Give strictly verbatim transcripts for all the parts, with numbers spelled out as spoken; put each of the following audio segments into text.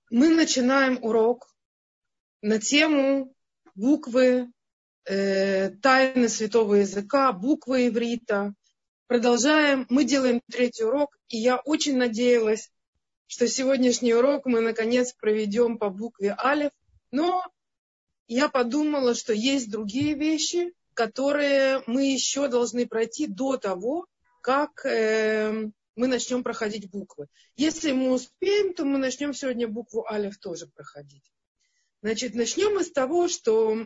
Мы начинаем урок на тему буквы, э, тайны святого языка, буквы иврита. Продолжаем. Мы делаем третий урок, и я очень надеялась, что сегодняшний урок мы наконец проведем по букве алеф. Но я подумала, что есть другие вещи, которые мы еще должны пройти до того, как э, мы начнем проходить буквы. Если мы успеем, то мы начнем сегодня букву алеф тоже проходить. Значит, начнем мы с того, что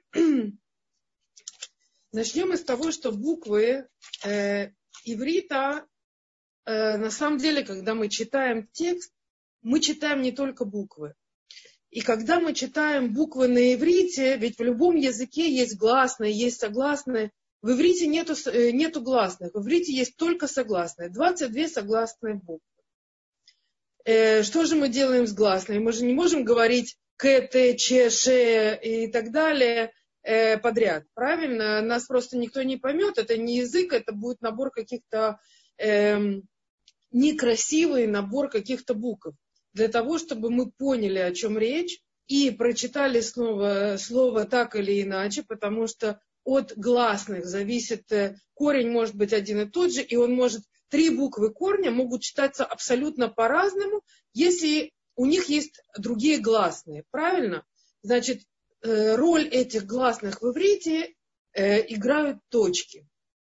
начнем мы с того, что буквы э, иврита, э, на самом деле, когда мы читаем текст, мы читаем не только буквы. И когда мы читаем буквы на иврите, ведь в любом языке есть гласные, есть согласные. В иврите нету, нету гласных, в иврите есть только согласные. двадцать две согласные буквы. Э, что же мы делаем с гласными? Мы же не можем говорить к, т, ч, ш и так далее э, подряд. Правильно? Нас просто никто не поймет. Это не язык, это будет набор каких-то, э, некрасивый набор каких-то букв. Для того, чтобы мы поняли, о чем речь, и прочитали снова слово так или иначе, потому что от гласных зависит, корень может быть один и тот же, и он может, три буквы корня могут читаться абсолютно по-разному, если у них есть другие гласные. Правильно? Значит, роль этих гласных в иврите играют точки.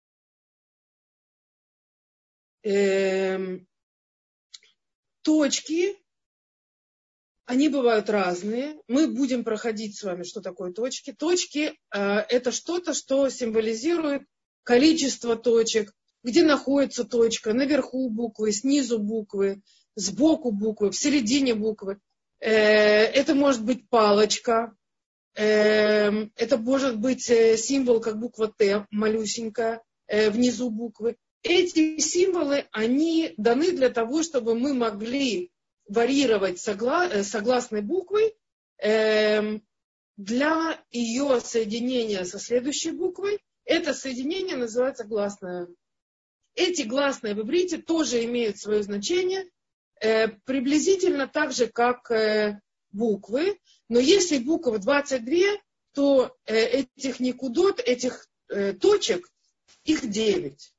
Точки, они бывают разные. Мы будем проходить с вами, что такое точки. Точки э, – это что-то, что символизирует количество точек, где находится точка, наверху буквы, снизу буквы, сбоку буквы, в середине буквы. Э, это может быть палочка, э, это может быть символ, как буква Т, малюсенькая, э, внизу буквы. Эти символы, они даны для того, чтобы мы могли варьировать согла- согласной буквой э, для ее соединения со следующей буквой. Это соединение называется гласное. Эти гласные в иврите тоже имеют свое значение, э, приблизительно так же, как э, буквы. Но если букв двадцать два, то э, этих никудот, этих э, точек, их девять.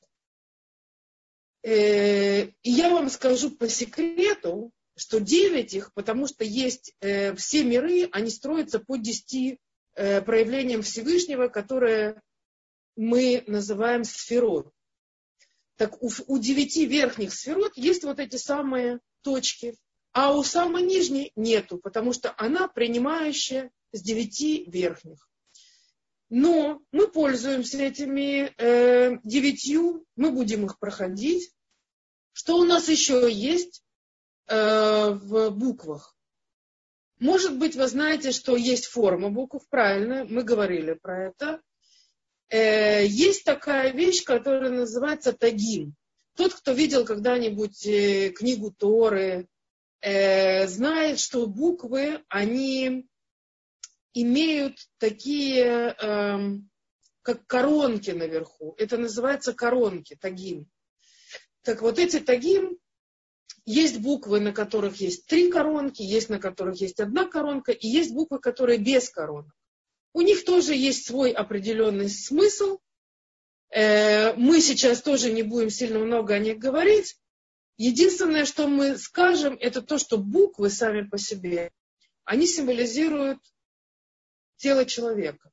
И я вам скажу по секрету, что девять их, потому что есть э, все миры, они строятся по десяти э, проявлениям Всевышнего, которые мы называем сферот. Так у, у девяти верхних сферот есть вот эти самые точки, а у самой нижней нету, потому что она принимающая с девяти верхних. Но мы пользуемся этими э, девятью, мы будем их проходить. Что у нас еще есть э, в буквах? Может быть, вы знаете, что есть форма букв, правильно, мы говорили про это. Э, есть такая вещь, которая называется тагим. Тот, кто видел когда-нибудь э, книгу Торы, э, знает, что буквы, они имеют такие, э, как коронки наверху. Это называется коронки, тагим. Так вот эти тагим, есть буквы, на которых есть три коронки, есть на которых есть одна коронка, и есть буквы, которые без коронок. У них тоже есть свой определенный смысл. Э, мы сейчас тоже не будем сильно много о них говорить. Единственное, что мы скажем, это то, что буквы сами по себе, они символизируют тело человека.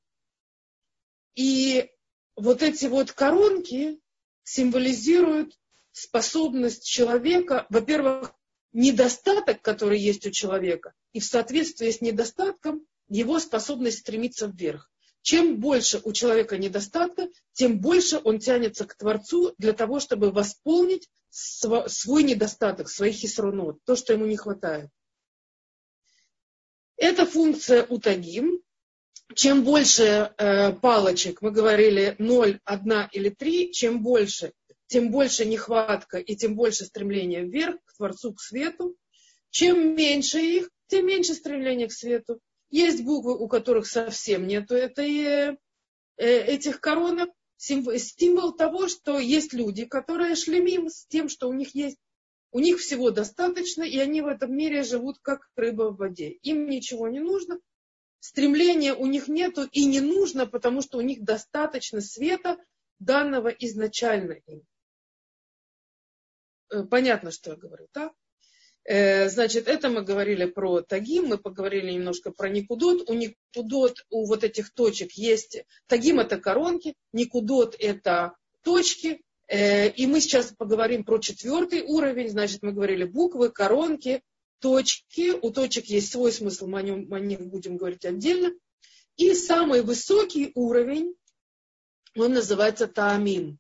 И вот эти вот коронки символизируют способность человека, во-первых, недостаток, который есть у человека, и в соответствии с недостатком его способность стремиться вверх. Чем больше у человека недостатка, тем больше он тянется к Творцу для того, чтобы восполнить свой недостаток, свои хисронот, то, что ему не хватает. Это функция у тагим. Чем больше э, палочек, мы говорили ноль, одна или три, чем больше, тем больше нехватка и тем больше стремление вверх, к Творцу, к свету. Чем меньше их, тем меньше стремление к свету. Есть буквы, у которых совсем нету этой, э, этих коронок. Символ, символ того, что есть люди, которые шлемим с тем, что у них есть. У них всего достаточно, и они в этом мире живут как рыба в воде. Им ничего не нужно, стремления у них нету и не нужно, потому что у них достаточно света, данного изначально им. Понятно, что я говорю, так? Значит, это мы говорили про тагим, мы поговорили немножко про никудот. У никудот, у вот этих точек есть... Тагим это коронки, никудот это точки. И мы сейчас поговорим про четвертый уровень. Значит, мы говорили буквы, коронки, точки. У точек есть свой смысл, мы о, нем, о них будем говорить отдельно. И самый высокий уровень, он называется таамим.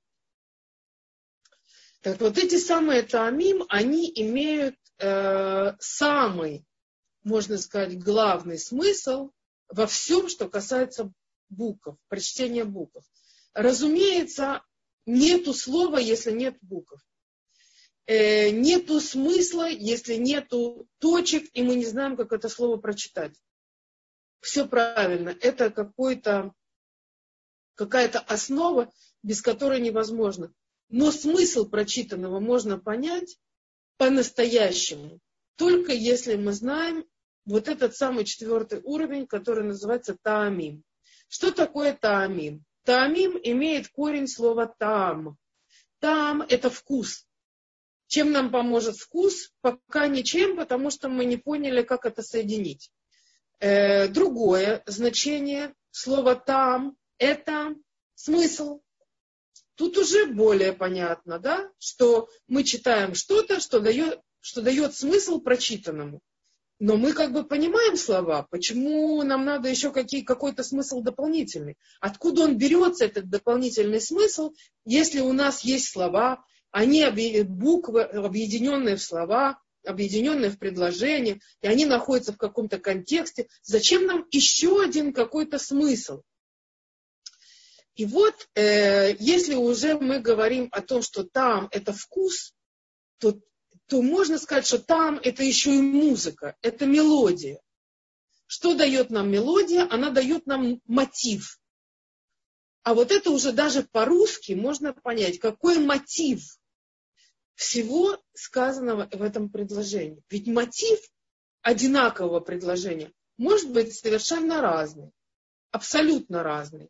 Так вот, эти самые таамим, они имеют э, самый, можно сказать, главный смысл во всем, что касается букв, прочтения букв. Разумеется, нету слова, если нет букв. Э, нету смысла, если нету точек, и мы не знаем, как это слово прочитать. Все правильно. Это какой-то, какая-то основа, без которой невозможно. Но смысл прочитанного можно понять по-настоящему, только если мы знаем вот этот самый четвертый уровень, который называется таамим. Что такое таамим? Таамим имеет корень слова таам. Таам – это вкус. Чем нам поможет вкус? Пока ничем, потому что мы не поняли, как это соединить. Э, другое значение слова таам – это смысл. Тут уже более понятно, да, что мы читаем что-то, что дает, что дает смысл прочитанному. Но мы как бы понимаем слова, почему нам надо еще какие, какой-то смысл дополнительный. Откуда он берется, этот дополнительный смысл, если у нас есть слова, они буквы, объединенные в слова, объединенные в предложения, и они находятся в каком-то контексте. Зачем нам еще один какой-то смысл? И вот, э, если уже мы говорим о том, что там это вкус, то, то можно сказать, что там это еще и музыка, это мелодия. Что дает нам мелодия? Она дает нам мотив. А вот это уже даже по-русски можно понять, какой мотив всего сказанного в этом предложении. Ведь мотив одинакового предложения может быть совершенно разный, абсолютно разный.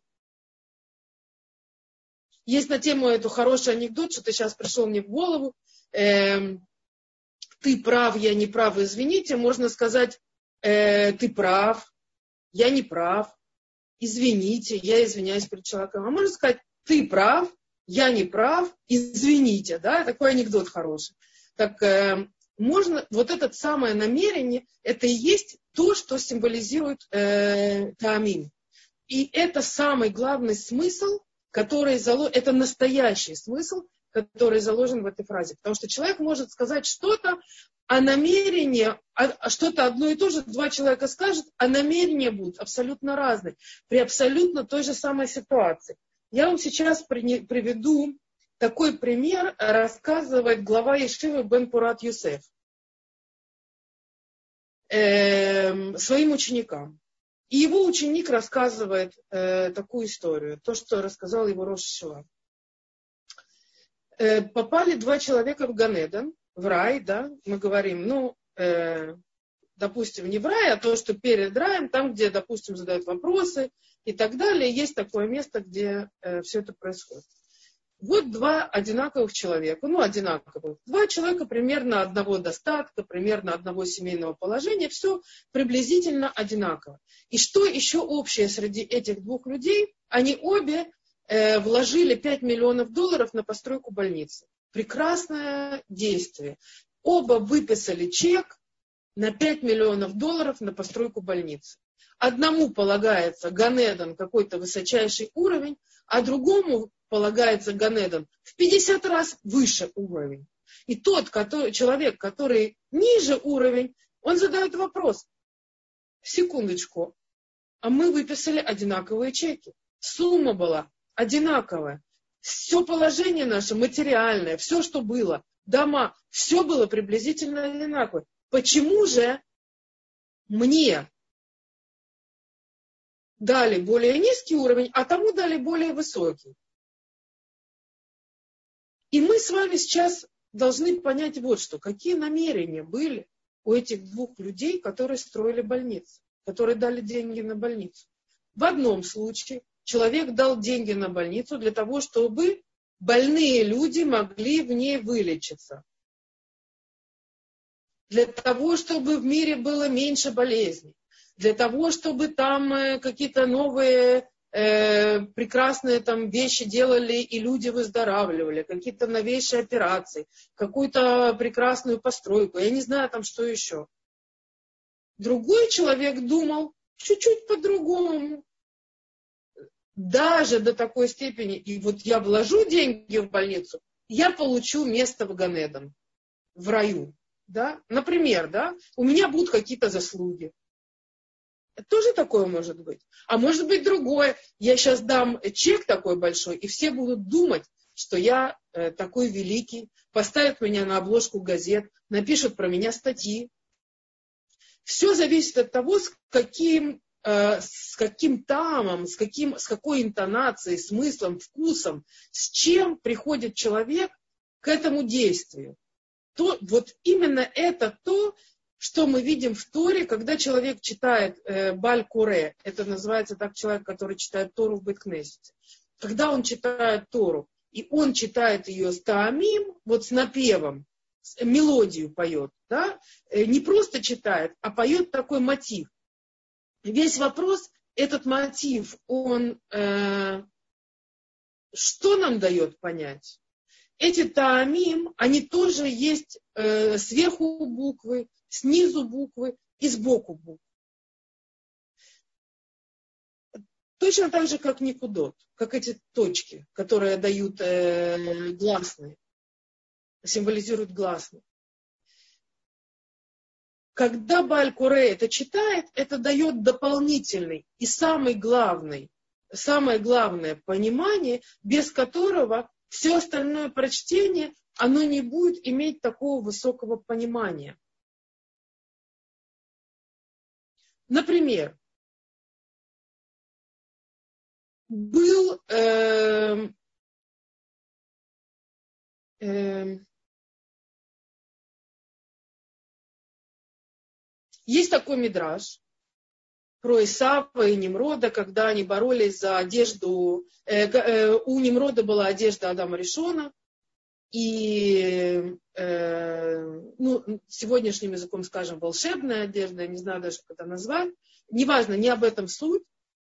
Есть на тему эту хороший анекдот, что-то сейчас пришел мне в голову. Э, ты прав, я не прав, извините. Можно сказать, э, ты прав, я не прав, извините, я извиняюсь перед человеком. А можно сказать, ты прав, я не прав, извините. Да? Такой анекдот хороший. Так э, можно, вот это самое намерение, это и есть то, что символизирует э, таамим. И это самый главный смысл, который заложен, это настоящий смысл, который заложен в этой фразе. Потому что человек может сказать что-то, а намерение, а что-то одно и то же, два человека скажут, а намерения будут абсолютно разные, при абсолютно той же самой ситуации. Я вам сейчас приведу такой пример, рассказывает глава Ешивы Бен Пурат Юсеф э, своим ученикам. И его ученик рассказывает э, такую историю, то, что рассказал его Рош Йешива. Э, попали два человека в Ганеден, в рай, да, мы говорим, ну, э, допустим, не в рай, а то, что перед раем, там, где, допустим, задают вопросы и так далее, есть такое место, где э, все это происходит. Вот два одинаковых человека, ну, одинаковых, два человека примерно одного достатка, примерно одного семейного положения, все приблизительно одинаково. И что еще общее среди этих двух людей? Они обе э, вложили пять миллионов долларов на постройку больницы. Прекрасное действие. Оба выписали чек на пять миллионов долларов на постройку больницы. Одному полагается Ганеден, какой-то высочайший уровень, а другому полагается Ганеден в пятьдесят раз выше уровень. И тот который, человек, который ниже уровень, он задает вопрос. Секундочку, а мы выписали одинаковые чеки. Сумма была одинаковая. Все положение наше материальное, все, что было, дома, все было приблизительно одинаковое. Почему же мне дали более низкий уровень, а тому дали более высокий? И мы с вами сейчас должны понять вот что. Какие намерения были у этих двух людей, которые строили больницу, которые дали деньги на больницу. В одном случае человек дал деньги на больницу для того, чтобы больные люди могли в ней вылечиться. Для того, чтобы в мире было меньше болезней. Для того, чтобы там какие-то новые э, прекрасные там вещи делали и люди выздоравливали. Какие-то новейшие операции. Какую-то прекрасную постройку. Я не знаю там что еще. Другой человек думал чуть-чуть по-другому. Даже до такой степени. И вот я вложу деньги в больницу, я получу место в Ганедон, в раю. Да? Например, да, у меня будут какие-то заслуги. Тоже такое может быть. А может быть другое. Я сейчас дам чек такой большой, и все будут думать, что я э, такой великий, поставят меня на обложку газет, напишут про меня статьи. Все зависит от того, с каким, э, с каким тамом, с, каким, с какой интонацией, смыслом, вкусом, с чем приходит человек к этому действию. То, вот именно это то, что мы видим в Торе, когда человек читает э, Баль-Куре, это называется так человек, который читает Тору в Бейт-Кнесете. Когда он читает Тору, и он читает ее с таамим, вот с напевом, с, мелодию поет, да? э, не просто читает, а поет такой мотив. Весь вопрос, этот мотив, он э, что нам дает понять? Эти таамим, они тоже есть э, сверху буквы, снизу буквы и сбоку буквы. Точно так же, как никудот, как эти точки, которые дают э, гласные, символизируют гласные. Когда Баль-Куре это читает, это дает дополнительный и самый главный, самое главное понимание, без которого все остальное прочтение, оно не будет иметь такого высокого понимания. Например, был э, э, есть такой мидраш про Исава и Нимрода, когда они боролись за одежду. Э, э, у Нимрода была одежда Адама Ришона, и э, ну, сегодняшним языком скажем волшебная одежда, я не знаю даже, как это назвать. Неважно, не об этом суть.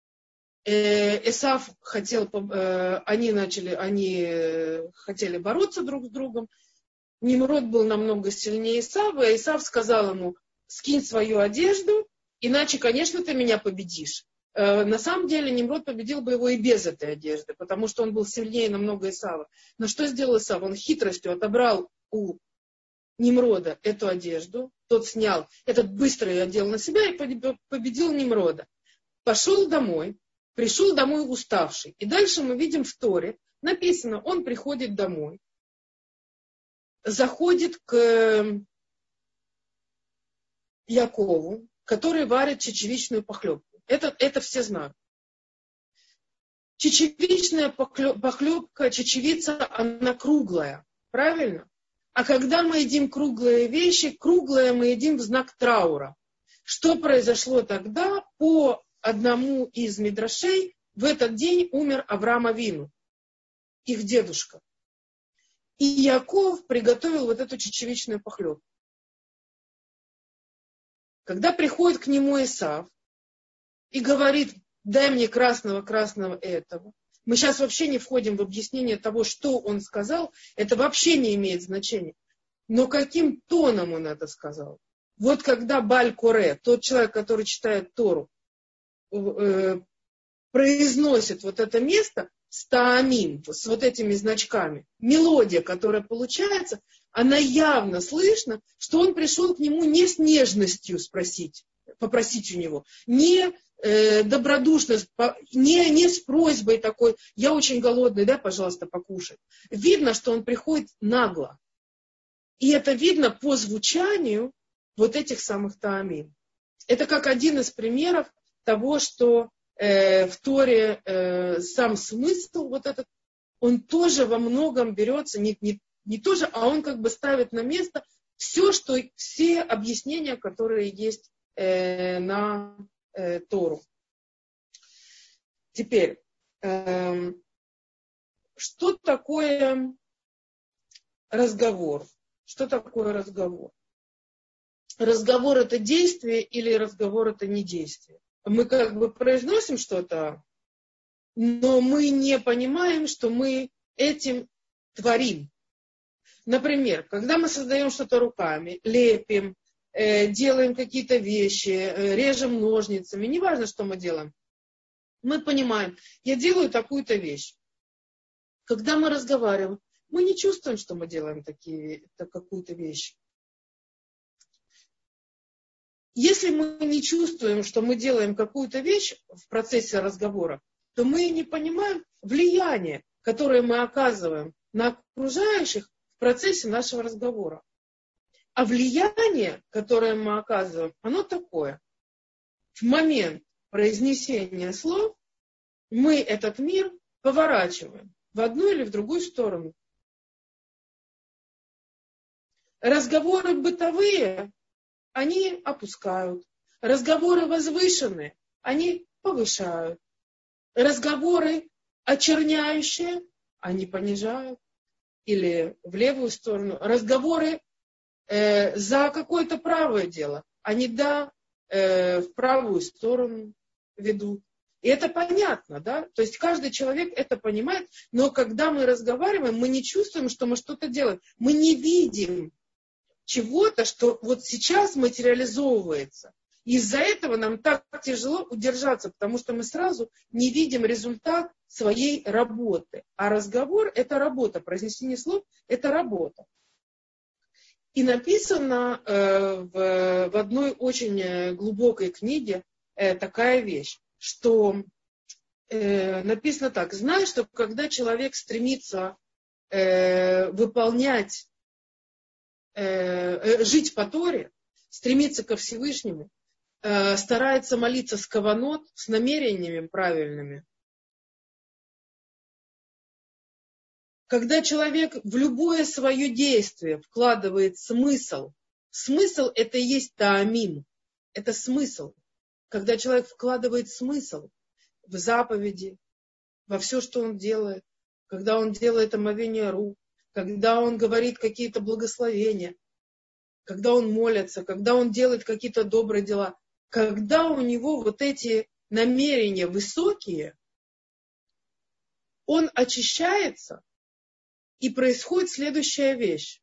Эсав хотел, они начали, они хотели бороться друг с другом. Нимрод был намного сильнее Исава, и Исав сказал ему: скинь свою одежду, иначе, конечно, ты меня победишь. На самом деле Нимрод победил бы его и без этой одежды, потому что он был сильнее намного Исава. Но что сделал Исав? Он хитростью отобрал у Нимрода эту одежду, тот снял, этот быстро ее одел на себя и победил Нимрода. Пошел домой. Пришел домой уставший. И дальше мы видим в Торе, написано, он приходит домой, заходит к Якову, который варит чечевичную похлебку. Это, это все знают. Чечевичная похлебка, чечевица, она круглая. Правильно? А когда мы едим круглые вещи, круглое мы едим в знак траура. Что произошло тогда? По одному из мидрашей в этот день умер Авраам Авину, их дедушка. И Яков приготовил вот эту чечевичную похлебку. Когда приходит к нему Исав и говорит: дай мне красного-красного этого. Мы сейчас вообще не входим в объяснение того, что он сказал. Это вообще не имеет значения. Но каким тоном он это сказал? Вот когда Баль-Коре, тот человек, который читает Тору, произносит вот это место с таамим, с вот этими значками, мелодия, которая получается, она явно слышно, что он пришел к нему не с нежностью спросить, попросить у него, не э, добродушно, не, не с просьбой такой: я очень голодный, дай, пожалуйста, покушать. Видно, что он приходит нагло. И это видно по звучанию вот этих самых таамим. Это как один из примеров того, что э, в Торе э, сам смысл вот этот, он тоже во многом берется, не, не, не тоже, а он как бы ставит на место все, что, все объяснения, которые есть э, на э, Тору. Теперь, э, что такое разговор? Что такое разговор? Разговор это действие или разговор это не действие? Мы как бы произносим что-то, но мы не понимаем, что мы этим творим. Например, когда мы создаем что-то руками, лепим, э, делаем какие-то вещи, э, режем ножницами, неважно, что мы делаем, мы понимаем, я делаю такую-то вещь. Когда мы разговариваем, мы не чувствуем, что мы делаем такие, какую-то вещь. Если мы не чувствуем, что мы делаем какую-то вещь в процессе разговора, то мы не понимаем влияние, которое мы оказываем на окружающих в процессе нашего разговора. А влияние, которое мы оказываем, оно такое. В момент произнесения слов мы этот мир поворачиваем в одну или в другую сторону. Разговоры бытовые, они опускают. Разговоры возвышенные, они повышают. Разговоры очерняющие, они понижают. Или в левую сторону. Разговоры э, за какое-то правое дело, они да, э, в правую сторону ведут. И это понятно, да? То есть каждый человек это понимает, но когда мы разговариваем, мы не чувствуем, что мы что-то делаем. Мы не видим чего-то, что вот сейчас материализовывается. Из-за этого нам так тяжело удержаться, потому что мы сразу не видим результат своей работы. А разговор – это работа, произнесение слов – это работа. И написано э, в, в одной очень глубокой книге э, такая вещь, что э, написано так: знай, что когда человек стремится э, выполнять, э, жить по Торе, стремится ко Всевышнему, э, старается молиться с каванот, с намерениями правильными. Когда человек в любое свое действие вкладывает смысл, смысл это и есть таамим, это смысл. Когда человек вкладывает смысл в заповеди, во все, что он делает, когда он делает омовение рук, когда он говорит какие-то благословения, когда он молится, когда он делает какие-то добрые дела, когда у него вот эти намерения высокие, он очищается, и происходит следующая вещь.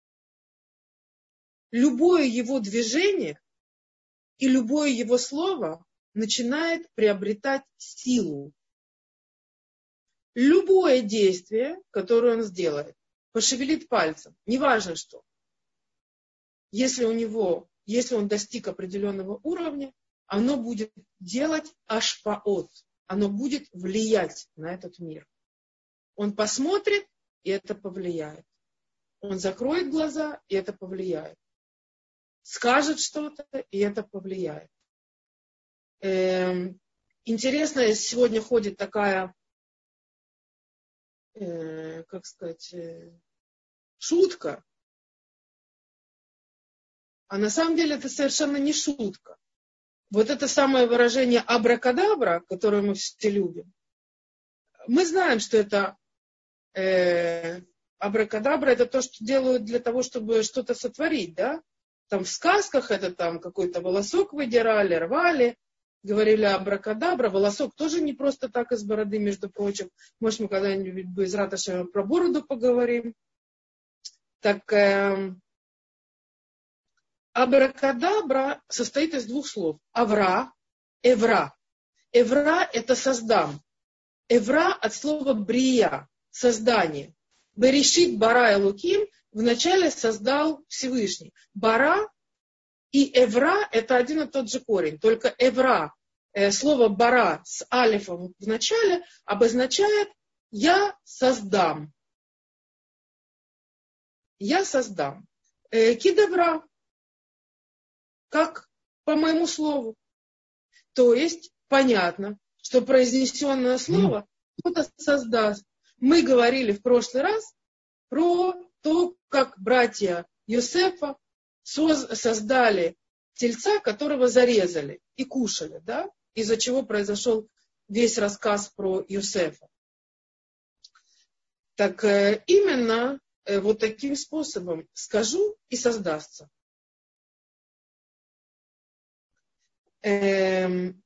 Любое его движение и любое его слово начинает приобретать силу. Любое действие, которое он сделает, пошевелит пальцем, неважно что. Если у него, если он достиг определенного уровня, оно будет делать ашпаот, оно будет влиять на этот мир. Он посмотрит, и это повлияет. Он закроет глаза, и это повлияет. Скажет что-то, и это повлияет. Эм, интересно, сегодня ходит такая, э, как сказать, э, шутка. А на самом деле это совершенно не шутка. Вот это самое выражение абракадабра, которое мы все любим. Мы знаем, что это э, абракадабра, это то, что делают для того, чтобы что-то сотворить, да? Там в сказках это там какой-то волосок выдирали, рвали, говорили абракадабра. Волосок тоже не просто так из бороды, между прочим. Может, мы когда-нибудь без раташа про бороду поговорим. Так, э, абракадабра состоит из двух слов. Авра, эвра. Эвра это создам. Эвра от слова брия, создание. Берешит бара элоким вначале создал Всевышний. Бара и эвра это один и тот же корень. Только эвра, э, слово бара с алифом в начале обозначает я создам. Я создам. Э, кидевра, как по моему слову. То есть понятно, что произнесенное слово кто-то создаст. Мы говорили в прошлый раз про то, как братья Йосефа создали тельца, которого зарезали и кушали, да? Из-за чего произошел весь рассказ про Йосефа. Так именно вот таким способом скажу и создастся. Эм,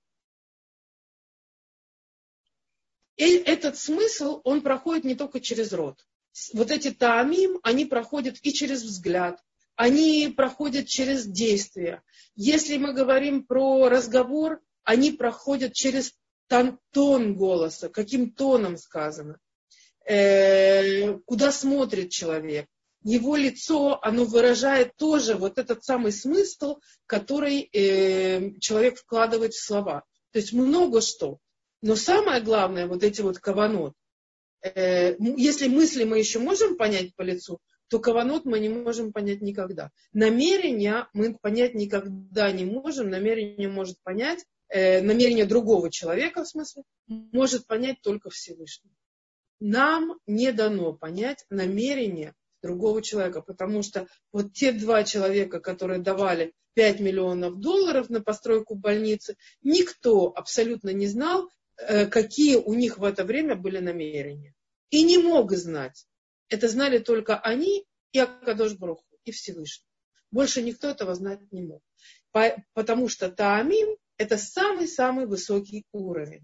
и этот смысл, он проходит не только через рот. Вот эти таамим, они проходят и через взгляд, они проходят через действия. Если мы говорим про разговор, они проходят через тон, тон голоса, каким тоном сказано, э, куда смотрит человек. Его лицо, оно выражает тоже вот этот самый смысл, который э, человек вкладывает в слова. То есть много что. Но самое главное, вот эти вот каванот, э, если мысли мы еще можем понять по лицу, то каванот мы не можем понять никогда. Намерения мы понять никогда не можем. Намерение может понять, э, намерение другого человека, в смысле, может понять только Всевышний. Нам не дано понять намерение другого человека, потому что вот те два человека, которые давали пять миллионов долларов на постройку больницы, никто абсолютно не знал, какие у них в это время были намерения. И не мог знать. Это знали только они и Акадош Барух Ху, и Всевышний. Больше никто этого знать не мог. Потому что таамим – это самый-самый высокий уровень.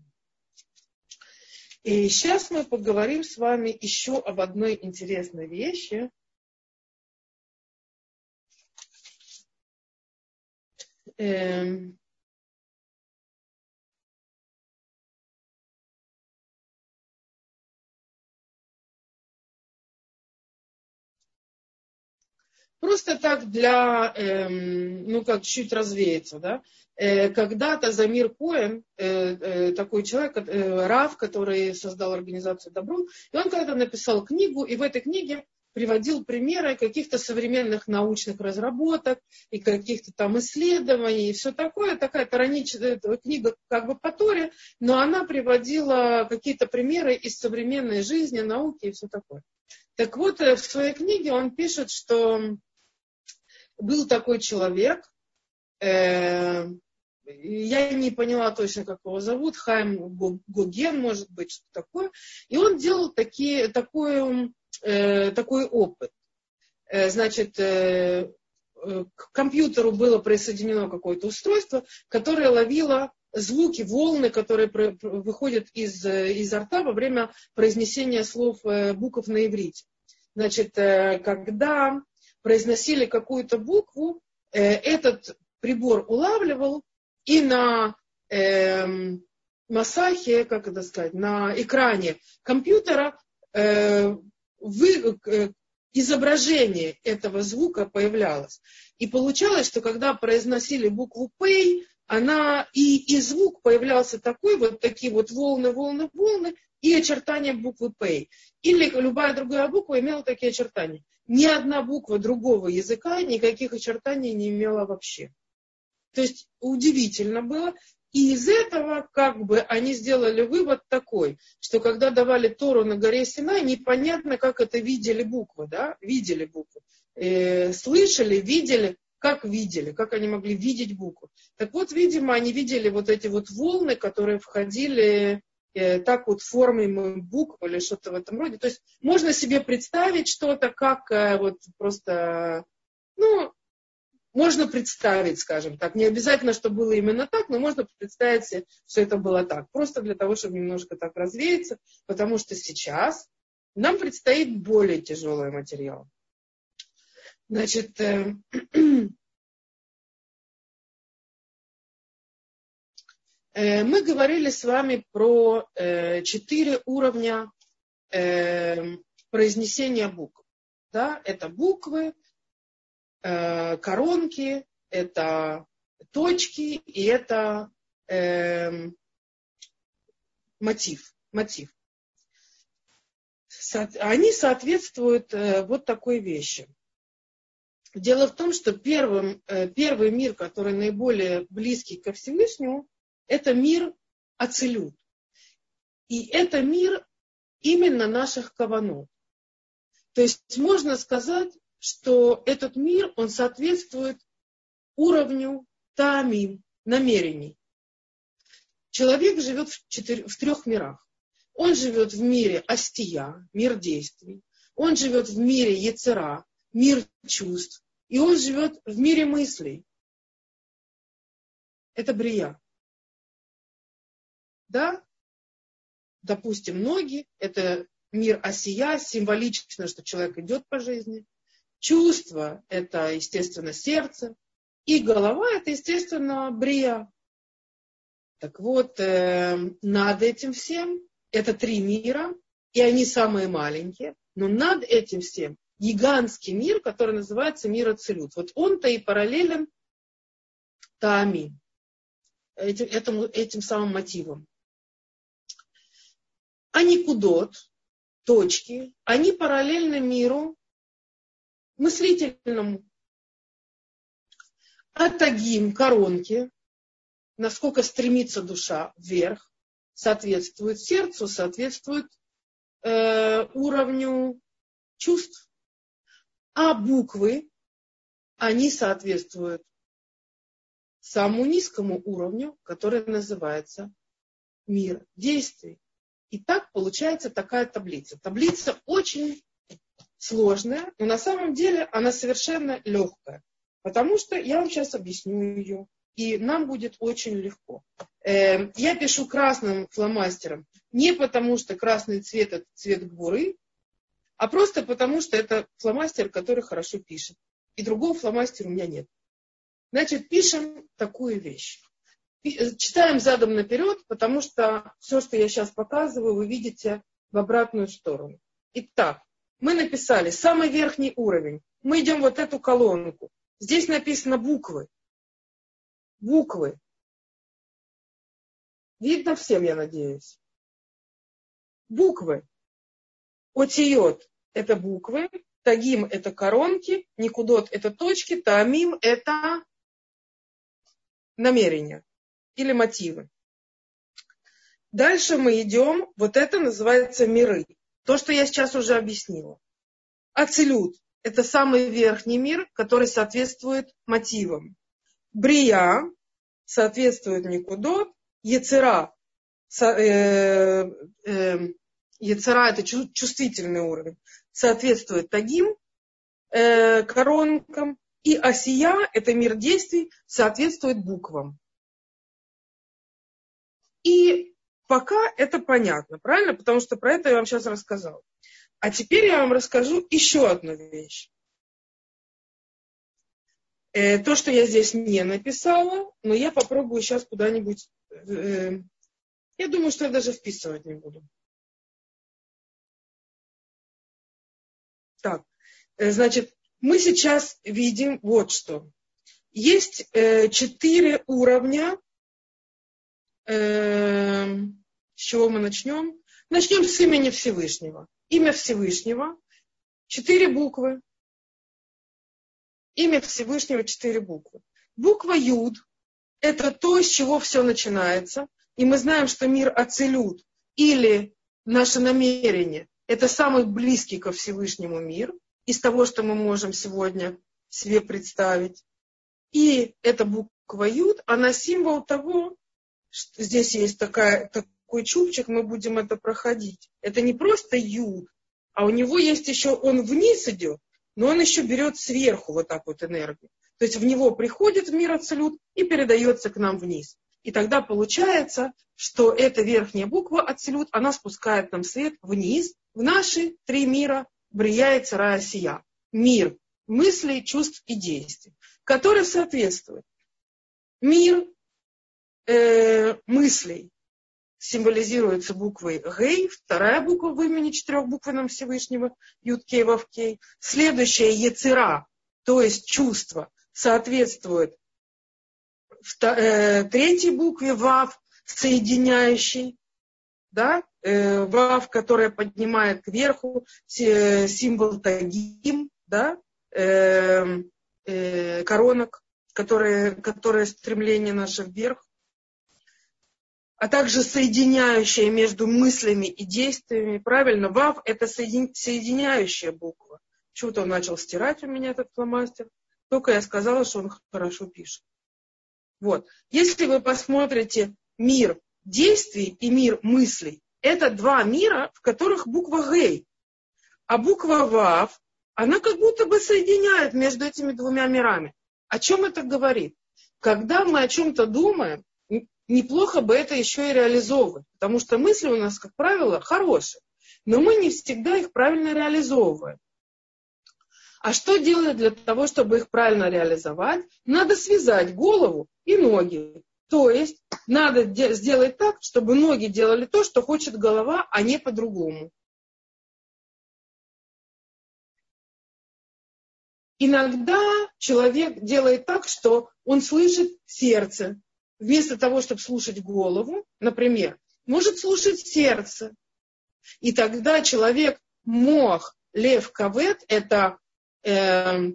И сейчас мы поговорим с вами еще об одной интересной вещи. Эм... Просто так для, эм, ну как чуть развеяться, да. Э, когда-то Замир Коэн, э, э, такой человек, э, Рав, который создал организацию Добрун, и он когда-то написал книгу, и в этой книге приводил примеры каких-то современных научных разработок и каких-то там исследований и все такое. Такая тараничная книга как бы по Торе, но она приводила какие-то примеры из современной жизни, науки и все такое. Так вот, в своей книге он пишет, что был такой человек, э, я не поняла точно, как его зовут, Хайм Гоген, может быть, что такое, и он делал такие, такой, э, такой опыт. Э, значит, э, к компьютеру было присоединено какое-то устройство, которое ловило звуки, волны, которые выходят из, изо рта во время произнесения слов, букв на иврите. Значит, когда произносили какую-то букву, этот прибор улавливал и на э, масахе, как это сказать, на экране компьютера э, вы, э, изображение этого звука появлялось. И получалось, что когда произносили букву П, она и, и звук появлялся такой, вот такие вот волны, волны, волны, и очертания буквы П. Или любая другая буква имела такие очертания. Ни одна буква другого языка никаких очертаний не имела вообще. То есть удивительно было. И из этого как бы они сделали вывод такой, что когда давали Тору на горе Синай, непонятно, как это видели буквы, да, видели буквы, э, слышали, видели, как видели, как они могли видеть буквы. Так вот, видимо, они видели вот эти вот волны, которые входили э, так вот формой букв или что-то в этом роде. То есть можно себе представить что-то, как э, вот просто, ну, можно представить, скажем так. Не обязательно, что было именно так, но можно представить себе, что это было так. Просто для того, чтобы немножко так развеяться, потому что сейчас нам предстоит более тяжелый материал. Значит, э, э, мы говорили с вами про э, четыре уровня э, произнесения букв. Да? Это буквы, коронки, это точки и это э, мотив. мотив. Со, они соответствуют э, вот такой вещи. Дело в том, что первым, э, первый мир, который наиболее близкий ко Всевышнему, это мир Ацилют. И это мир именно наших каванот. То есть можно сказать, что этот мир, он соответствует уровню таамим, намерений. Человек живет в, четыре, в трех мирах. Он живет в мире астия, мир действий. Он живет в мире ецера, мир чувств. И он живет в мире мыслей. Это брия. Да? Допустим, ноги – это мир осия, символично, что человек идет по жизни. Чувство – это, естественно, сердце. И голова – это, естественно, брия. Так вот, э, над этим всем это три мира, и они самые маленькие, но над этим всем гигантский мир, который называется мир Ацилют. Вот он-то и параллелен Таамим, этим, этим, этим самым мотивом. А никудот, точки, они параллельны миру мыслительному. А тагим, коронки, насколько стремится душа вверх, соответствует сердцу, соответствует э, уровню чувств. А буквы, они соответствуют самому низкому уровню, который называется мир действий. И так получается такая таблица. Таблица очень сложная, но на самом деле она совершенно легкая. Потому что я вам сейчас объясню ее. И нам будет очень легко. Э, я пишу красным фломастером не потому, что красный цвет – это цвет гвуры, а просто потому, что это фломастер, который хорошо пишет. И другого фломастера у меня нет. Значит, пишем такую вещь. Читаем задом наперед, потому что все, что я сейчас показываю, вы видите в обратную сторону. Итак, мы написали самый верхний уровень. Мы идем вот эту колонку. Здесь написано буквы. Буквы. Видно всем, я надеюсь. Буквы. Отиот – это буквы, тагим – это коронки, никудот – это точки, таамим – это намерения или мотивы. Дальше мы идем, вот это называется миры. То, что я сейчас уже объяснила. Ацилют – это самый верхний мир, который соответствует мотивам. Брия соответствует никудот, ецера, э, э, ецера – это чувствительный уровень, соответствует тагим, э, коронкам, и осия – это мир действий, соответствует буквам. И пока это понятно, правильно? Потому что про это я вам сейчас рассказала. А теперь я вам расскажу еще одну вещь. Э, то, что я здесь не написала, но я попробую сейчас куда-нибудь... Э, я думаю, что я даже вписывать не буду. Так, э, значит, мы сейчас видим вот что. Есть э, четыре уровня. Э, с чего мы начнем? Начнем с имени Всевышнего. Имя Всевышнего. Четыре буквы. Имя Всевышнего четыре буквы. Буква Юд – это то, с чего все начинается. И мы знаем, что мир Ацилют или наше намерение – это самый близкий ко Всевышнему мир из того, что мы можем сегодня себе представить. И эта буква Юд, она символ того, что здесь есть такая, такой чубчик, мы будем это проходить. Это не просто Юд, а у него есть еще, он вниз идет, но он еще берет сверху вот так вот энергию. То есть в него приходит в мир Ацилют и передается к нам вниз. И тогда получается, что эта верхняя буква Ацилют, она спускает нам свет вниз, в наши три мира Брия, Ецера, Осия. Мир мыслей, чувств и действий, который соответствует. Мир э, мыслей символизируется буквой Гей, вторая буква в имени четырехбуквенном Всевышнего, Юд, Кей, Вав, Кей. Следующая Ецера, то есть чувство, соответствует э, третьей букве Вав, соединяющей, да, э, Вав, которая поднимает кверху, э, символ Тагим, да, э, э, коронок, которые, которые стремление наше вверх. а также соединяющая между мыслями и действиями. Правильно, вав – это соединяющая буква. Почему-то он начал стирать у меня этот фломастер. Только я сказала, что он хорошо пишет. Вот. Если вы посмотрите мир действий и мир мыслей, это два мира, в которых буква Гей. А буква Вав, она как будто бы соединяет между этими двумя мирами. О чем это говорит? Когда мы о чем-то думаем, неплохо бы это еще и реализовывать. Потому что мысли у нас, как правило, хорошие. Но мы не всегда их правильно реализовываем. А что делать для того, чтобы их правильно реализовать? Надо связать голову и ноги. То есть надо де- сделать так, чтобы ноги делали то, что хочет голова, а не по-другому. Иногда человек делает так, что он слышит сердце. Вместо того, чтобы слушать голову, например, может слушать сердце. И тогда человек мох, лев, кавет – это э,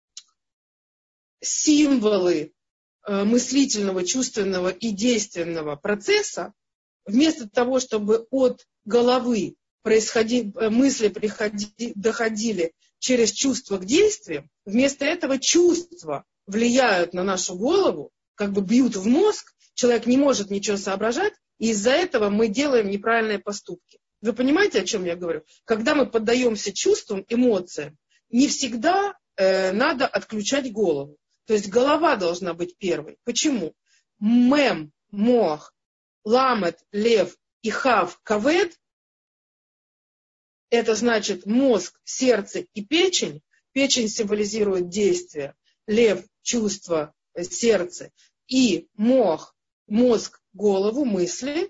символы э, мыслительного, чувственного и действенного процесса. Вместо того, чтобы от головы происходи, мысли приходи, доходили через чувства к действиям, вместо этого чувства влияют на нашу голову, как бы бьют в мозг, человек не может ничего соображать, и из-за этого мы делаем неправильные поступки. Вы понимаете, о чем я говорю? Когда мы поддаемся чувствам, эмоциям, не всегда э, надо отключать голову. То есть голова должна быть первой. Почему? Мем, мох, ламет, лев и хав, кавед – это значит мозг, сердце и печень. Печень символизирует действие, лев – чувство, сердце, и мох, мозг, голову, мысли.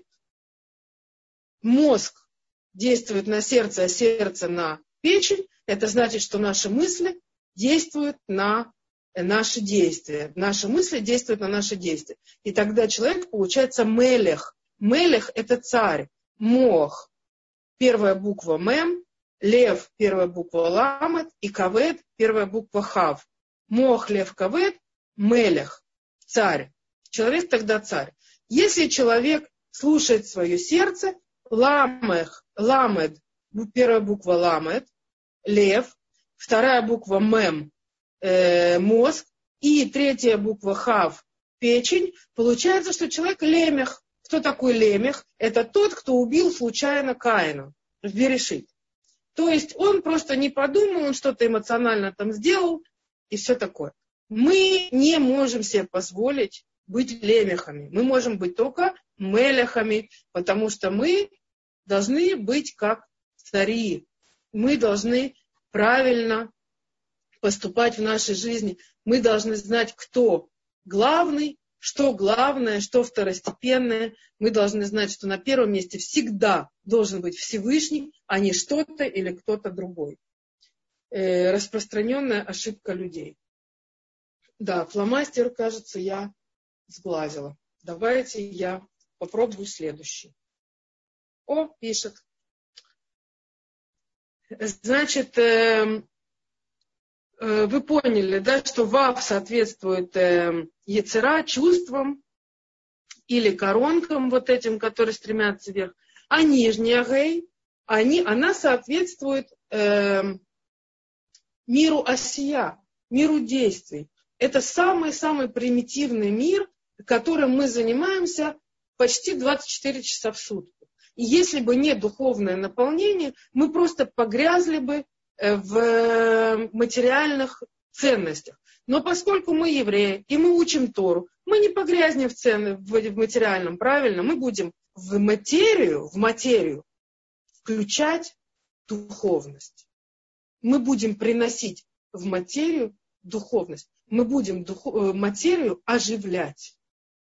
Мозг действует на сердце, а сердце на печень. Это значит, что наши мысли действуют на наши действия. Наши мысли действуют на наши действия. И тогда человек получается мелех. Мелех – это царь. Мох – первая буква мем, лев – первая буква ламет, и кавед – первая буква хав. Мох, лев, кавед – мелех, царь. Человек тогда царь. Если человек слушает свое сердце, ламех, ламед, первая буква ламед, лев, вторая буква мем, э, мозг, и третья буква хав, печень, получается, что человек лемех. Кто такой лемех? Это тот, кто убил случайно Каина в Берешит. То есть он просто не подумал, он что-то эмоционально там сделал, и все такое. Мы не можем себе позволить быть лемехами. Мы можем быть только мелехами, потому что мы должны быть как цари. Мы должны правильно поступать в нашей жизни. Мы должны знать, кто главный, что главное, что второстепенное. Мы должны знать, что на первом месте всегда должен быть Всевышний, а не что-то или кто-то другой. Э, распространенная ошибка людей. Да, фломастер, кажется, я сглазила. Давайте я попробую следующий. О, пишет. Значит, э, э, вы поняли, да, что вав соответствует э, яцера, чувствам или коронкам вот этим, которые стремятся вверх, а нижняя гей, они, она соответствует э, миру осия, миру действий. Это самый-самый примитивный мир, которым мы занимаемся почти двадцать четыре часа в сутки. И если бы не духовное наполнение, мы просто погрязли бы в материальных ценностях. Но поскольку мы евреи, и мы учим Тору, мы не погрязнем в, цены, в материальном, правильно? Мы будем в материю, в материю включать духовность. Мы будем приносить в материю духовность. Мы будем духов... материю оживлять.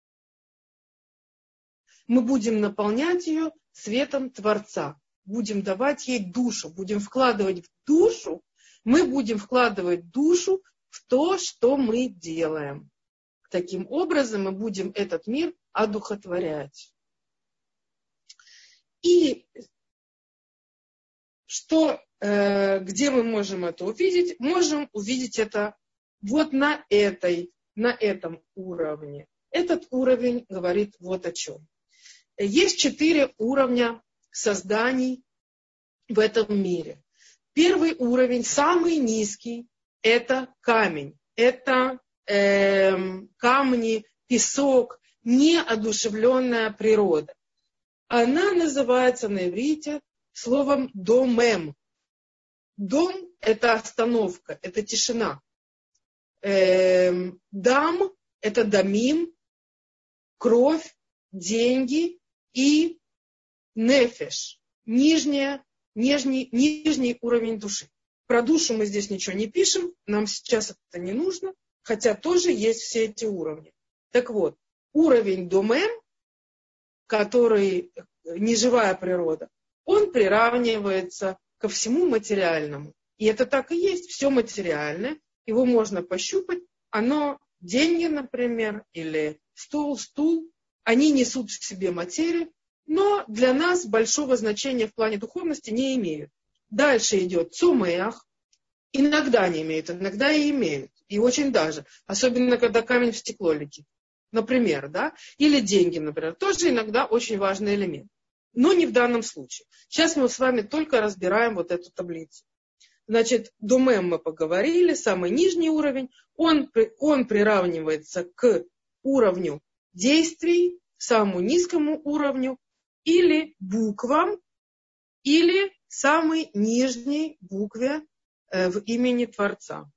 Мы будем наполнять ее светом Творца. Будем давать ей душу. Будем вкладывать в душу. Мы будем вкладывать душу в то, что мы делаем. Таким образом мы будем этот мир одухотворять. И что, э, где мы можем это увидеть? Можем увидеть это вот на, этой, на этом уровне. Этот уровень говорит вот о чем. Есть четыре уровня созданий в этом мире. Первый уровень, самый низкий, это камень. Это э, камни, песок, неодушевленная природа. Она называется на иврите словом домем. Дом – это остановка, это тишина. Э, дам – это дамим, кровь, деньги и нефеш, нижняя, нижний, нижний уровень души. Про душу мы здесь ничего не пишем, нам сейчас это не нужно, хотя тоже есть все эти уровни. Так вот, уровень домем, который неживая природа, он приравнивается ко всему материальному. И это так и есть, все материальное, его можно пощупать, оно, деньги, например, или стол, стул, они несут в себе материю, но для нас большого значения в плане духовности не имеют. Дальше идет цумеах, иногда не имеют, иногда и имеют, и очень даже, особенно когда камень в стекло летит, например, да, или деньги, например, тоже иногда очень важный элемент, но не в данном случае. Сейчас мы с вами только разбираем вот эту таблицу. Значит, домем мы поговорили, самый нижний уровень, он, он приравнивается к уровню действий, самому низкому уровню, или буквам, или самой нижней букве э, в имени Творца.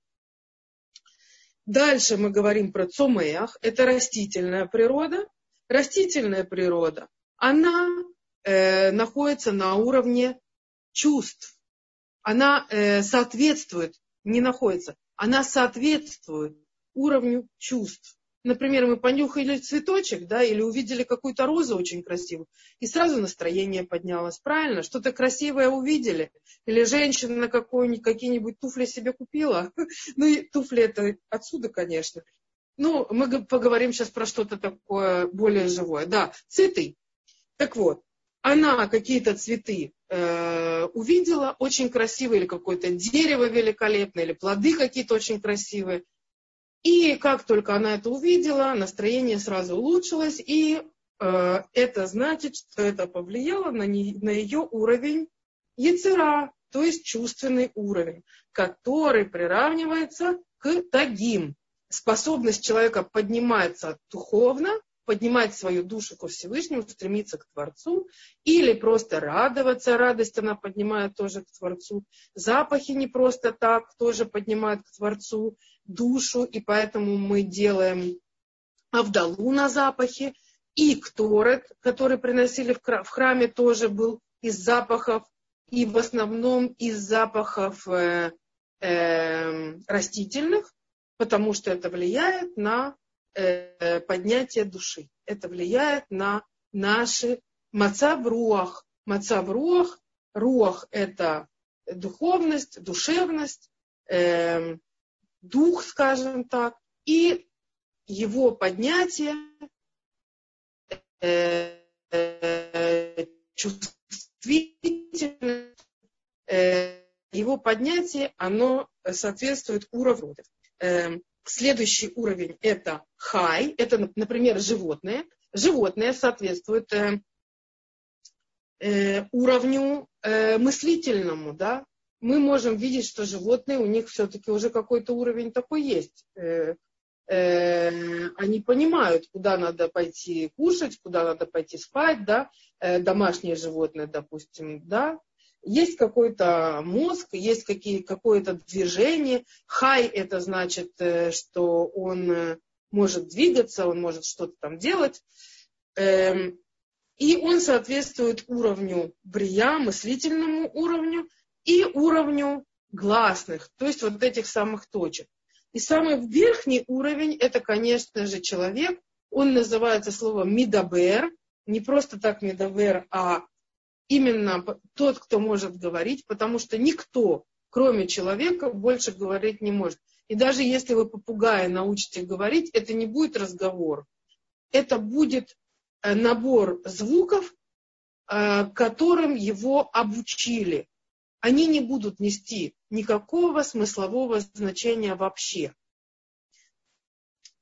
Дальше мы говорим про цумеах, это растительная природа. Растительная природа, она э, находится на уровне чувств. Она э, соответствует, не находится, она соответствует уровню чувств. Например, мы понюхали цветочек, да, или увидели какую-то розу очень красивую, и сразу настроение поднялось, правильно? Что-то красивое увидели, или женщина какие-нибудь туфли себе купила, ну и туфли это отсюда, конечно. Ну, мы поговорим сейчас про что-то такое более живое. Да, цветы. Так вот, она какие-то цветы э, увидела, очень красивые, или какое-то дерево великолепное, или плоды какие-то очень красивые. И как только она это увидела, настроение сразу улучшилось, и э, это значит, что это повлияло на, не, на ее уровень яцера, то есть чувственный уровень, который приравнивается к тагим. Способность человека подниматься духовно, поднимать свою душу ко Всевышнему, стремиться к Творцу, или просто радоваться, радость она поднимает тоже к Творцу. Запахи не просто так тоже поднимают к Творцу душу, и поэтому мы делаем авдалу на запахе. И кторет, который приносили в храме, тоже был из запахов, и в основном из запахов э, э, растительных, потому что это влияет на э, поднятие души. Это влияет на наши мацав руах. Мацав руах, руах это духовность, душевность, э, дух, скажем так, и его поднятие, э, э, чувствительность, э, его поднятие, оно соответствует уровню. Э, следующий уровень это хай, это, например, животное. Животное соответствует э, э, уровню э, мыслительному, да. Мы можем видеть, что животные, у них все-таки уже какой-то уровень такой есть. Э, э, они понимают, куда надо пойти кушать, куда надо пойти спать, да. Э, домашние животные, допустим, да. Есть какой-то мозг, есть какие, какое-то движение. Хай это значит, э, что он э, может двигаться, он может что-то там делать. Э, и он соответствует уровню брия, мыслительному уровню, и уровню гласных, то есть вот этих самых точек. И самый верхний уровень, это, конечно же, человек, он называется словом мидабер, не просто так мидабер, а именно тот, кто может говорить, потому что никто, кроме человека, больше говорить не может. И даже если вы попугая научите говорить, это не будет разговор, это будет набор звуков, которым его обучили. Они не будут нести никакого смыслового значения вообще.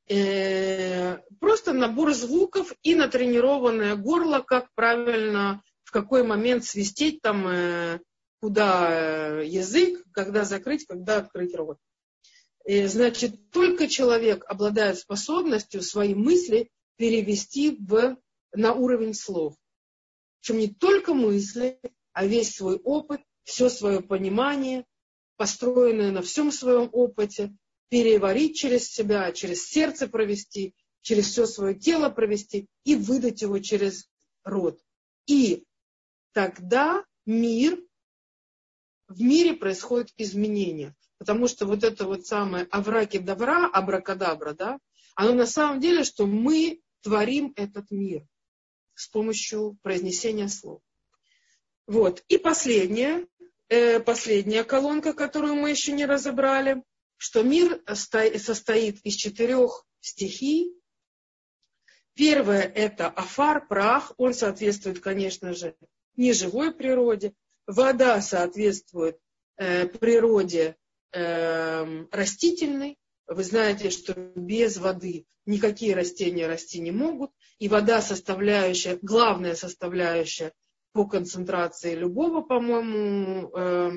э, просто набор звуков и натренированное горло, как правильно, в какой момент свистеть, там, э, куда язык, когда закрыть, когда открыть рот. И, значит, только человек обладает способностью свои мысли перевести в, на уровень слов. Причем не только мысли, а весь свой опыт, все свое понимание, построенное на всем своем опыте, переварить через себя, через сердце провести, через все свое тело провести и выдать его через рот. И тогда мир, в мире происходит изменение. Потому что вот это вот самое авракидавра, абракадабра, да, оно на самом деле, что мы творим этот мир с помощью произнесения слов. Вот. И последняя, э, последняя колонка, которую мы еще не разобрали, что мир состоит из четырех стихий. Первое – это афар, прах. Он соответствует, конечно же, неживой природе. Вода соответствует э, природе э, растительной. Вы знаете, что без воды никакие растения расти не могут. И вода составляющая, главная составляющая по концентрации любого, по-моему, э,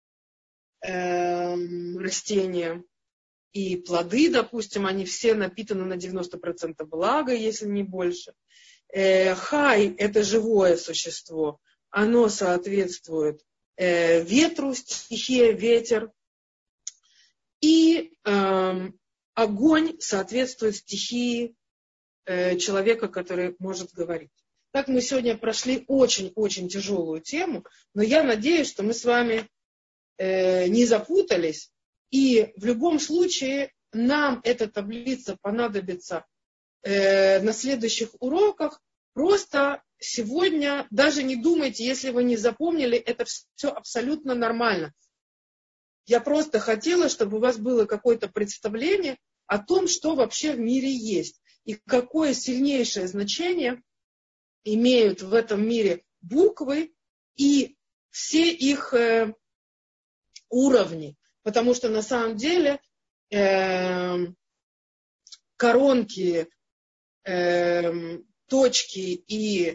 э, растения. И плоды, допустим, они все напитаны на девяносто процентов влагой, если не больше. Э, хай – это живое существо. Оно соответствует э, ветру, стихия, ветер. И э, огонь соответствует стихии э, человека, который может говорить. Так мы сегодня прошли очень-очень тяжелую тему, но я надеюсь, что мы с вами э, не запутались. И в любом случае нам эта таблица понадобится э, на следующих уроках. Просто сегодня даже не думайте, если вы не запомнили, это все абсолютно нормально. Я просто хотела, чтобы у вас было какое-то представление о том, что вообще в мире есть. И какое сильнейшее значение имеют в этом мире буквы и все их э, уровни. Потому что на самом деле э, коронки, э, точки и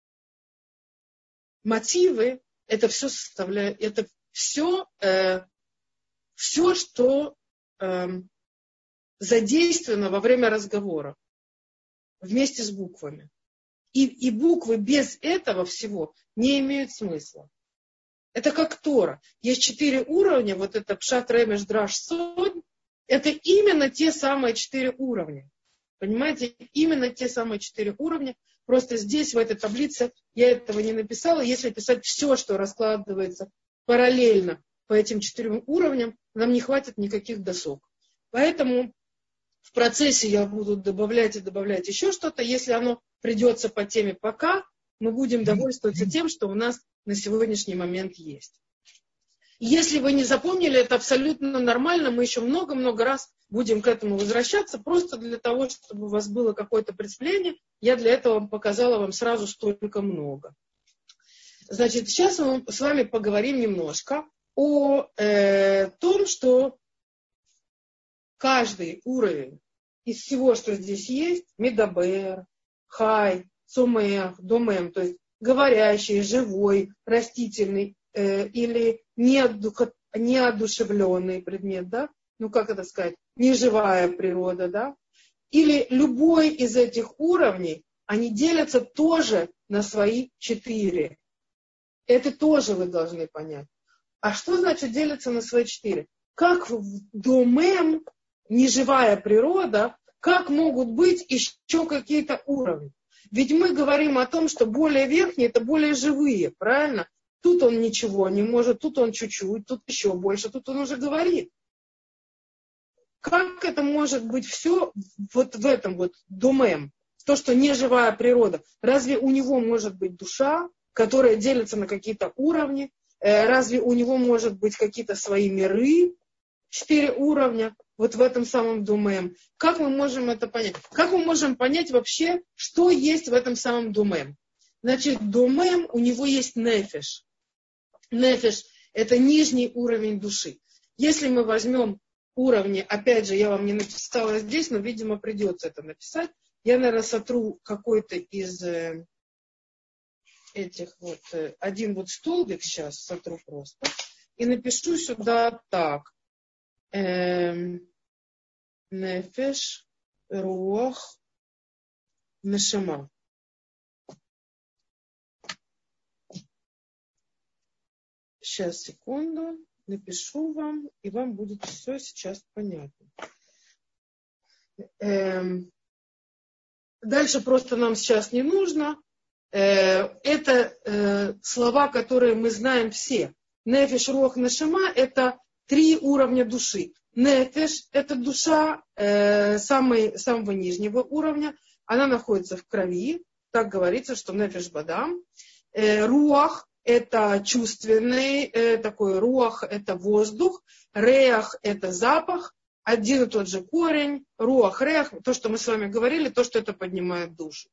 мотивы, это все составляет, это все, э, все, что э, задействовано во время разговора вместе с буквами. И, и буквы без этого всего не имеют смысла. Это как Тора. Есть четыре уровня, вот это Пшат, Ремеш, Драш, Сод. Это именно те самые четыре уровня. Понимаете, именно те самые четыре уровня. Просто здесь, в этой таблице, я этого не написала. Если писать все, что раскладывается параллельно по этим четырем уровням, нам не хватит никаких досок. Поэтому в процессе я буду добавлять и добавлять еще что-то. Если оно придется по теме пока, мы будем довольствоваться тем, что у нас на сегодняшний момент есть. Если вы не запомнили, это абсолютно нормально. Мы еще много-много раз будем к этому возвращаться, просто для того, чтобы у вас было какое-то представление. Я для этого показала вам сразу столько много. Значит, сейчас мы с вами поговорим немножко о э, том, что каждый уровень из всего, что здесь есть, медабер, хай, цумех, домем, то есть говорящий, живой, растительный э, или неодух, неодушевленный предмет, да? Ну, как это сказать? Неживая природа, да? Или любой из этих уровней, они делятся тоже на свои четыре. Это тоже вы должны понять. А что значит делятся на свои четыре? Как в домем, неживая природа, как могут быть еще какие-то уровни? Ведь мы говорим о том, что более верхние – это более живые, правильно? Тут он ничего не может, тут он чуть-чуть, тут еще больше, тут он уже говорит. Как это может быть все вот в этом вот домем? То, что не живая природа. Разве у него может быть душа, которая делится на какие-то уровни? Разве у него может быть какие-то свои миры? Четыре уровня вот в этом самом домем. Как мы можем это понять? Как мы можем понять вообще, что есть в этом самом домем? Значит, домем, у него есть нефеш. Нефеш – это нижний уровень души. Если мы возьмем уровни, опять же, я вам не написала здесь, но, видимо, придется это написать. Я, наверное, сотру какой-то из э, этих вот, э, один вот столбик сейчас сотру просто, и напишу сюда так. Эм, нефеш, руах, нешама. Сейчас, секунду, напишу вам, и вам будет все сейчас понятно. Эм, дальше просто нам сейчас не нужно. Э, это э, слова, которые мы знаем все. Нефеш, руах, нешама – это три уровня души. Нефеш – это душа э, самой, самого нижнего уровня. Она находится в крови. Так говорится, что нефеш бадам. Э, руах – это чувственный, э, такой руах – это воздух. Реах – это запах. Один и тот же корень. Руах, реах – то, что мы с вами говорили, то, что это поднимает душу.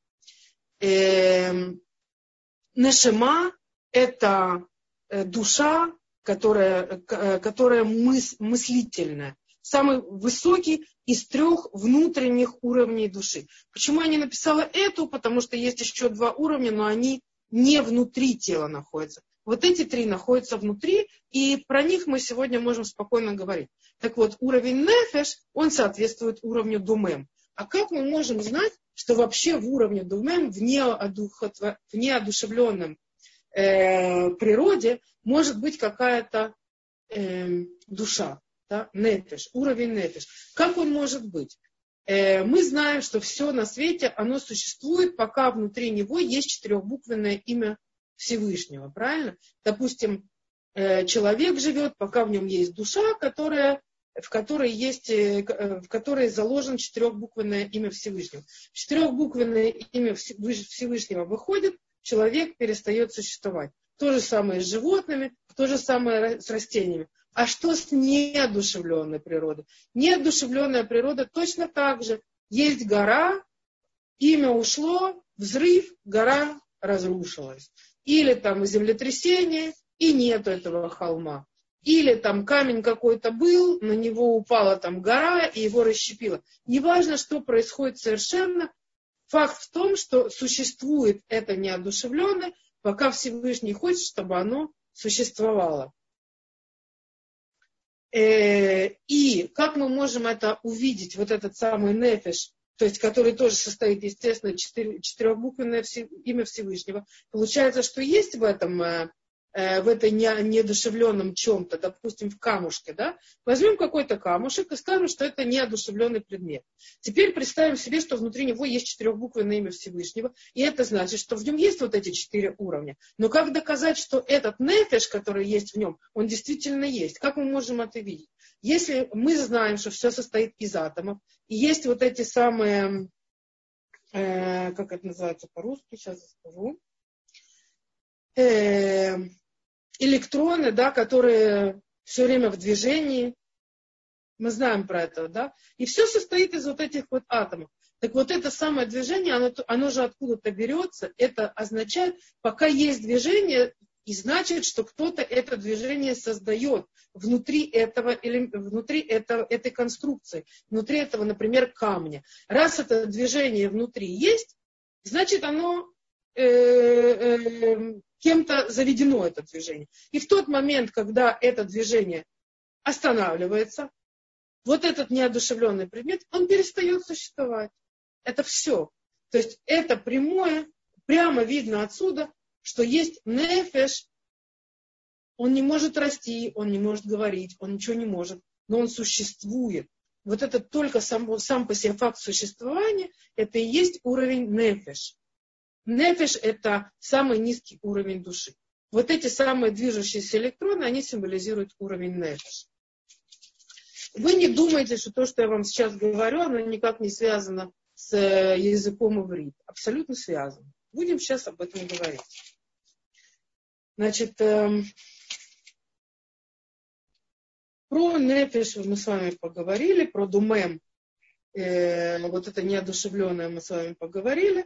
Нешема – это душа, которая, которая мыс, мыслительная. Самый высокий из трех внутренних уровней души. Почему я не написала эту? Потому что есть еще два уровня, но они не внутри тела находятся. Вот эти три находятся внутри, и про них мы сегодня можем спокойно говорить. Так вот, уровень нефеш, он соответствует уровню думем. А как мы можем знать, что вообще в уровне думем, в неодушевленном э, природе, может быть какая-то э, душа, да? Нефеш, уровень нефеш. Как он может быть? Э, мы знаем, что все на свете, оно существует, пока внутри него есть четырехбуквенное имя Всевышнего, правильно? Допустим, э, человек живет, пока в нем есть душа, которая в которой есть, в которой заложено четырехбуквенное имя Всевышнего. Четырехбуквенное имя Всевышнего выходит, человек перестает существовать. То же самое с животными, то же самое с растениями. А что с неодушевленной природой? Неодушевленная природа точно так же. Есть гора, имя ушло, взрыв, гора разрушилась. Или там землетрясение, и нету этого холма. Или там камень какой-то был, на него упала там гора и его расщепила. Неважно, что происходит совершенно. Факт в том, что существует это неодушевленное, пока Всевышний хочет, чтобы оно существовало. И как мы можем это увидеть, вот этот самый нефеш, то есть который тоже состоит, естественно, четырехбуквенное имя Всевышнего. Получается, что есть в этом... в этой неодушевленном чем-то, допустим, в камушке, да, возьмем какой-то камушек и скажем, что это неодушевленный предмет. Теперь представим себе, что внутри него есть четырехбуквенное имя Всевышнего, и это значит, что в нем есть вот эти четыре уровня. Но как доказать, что этот нефеш, который есть в нем, он действительно есть? Как мы можем это видеть? Если мы знаем, что все состоит из атомов, и есть вот эти самые, э, как это называется по-русски, сейчас я скажу, э, электроны, да, которые все время в движении. Мы знаем про это, да. И все состоит из вот этих вот атомов. Так вот это самое движение, оно, оно же откуда-то берется. Это означает, пока есть движение, и значит, что кто-то это движение создает внутри этого, или внутри этого, этой конструкции, внутри этого, например, камня. Раз это движение внутри есть, значит оно э, э, кем-то заведено, это движение. И в тот момент, когда это движение останавливается, вот этот неодушевленный предмет, он перестает существовать. Это все. То есть это прямое, прямо видно отсюда, что есть нефеш. Он не может расти, он не может говорить, он ничего не может, но он существует. Вот это только сам, сам по себе факт существования, это и есть уровень нефеш. Нефеш – это самый низкий уровень души. Вот эти самые движущиеся электроны, они символизируют уровень нефеш. Вы не думайте, что то, что я вам сейчас говорю, оно никак не связано с языком иврит. Абсолютно связано. Будем сейчас об этом говорить. Значит, э, про нефеш мы с вами поговорили, про думем, э, вот это неодушевленное мы с вами поговорили.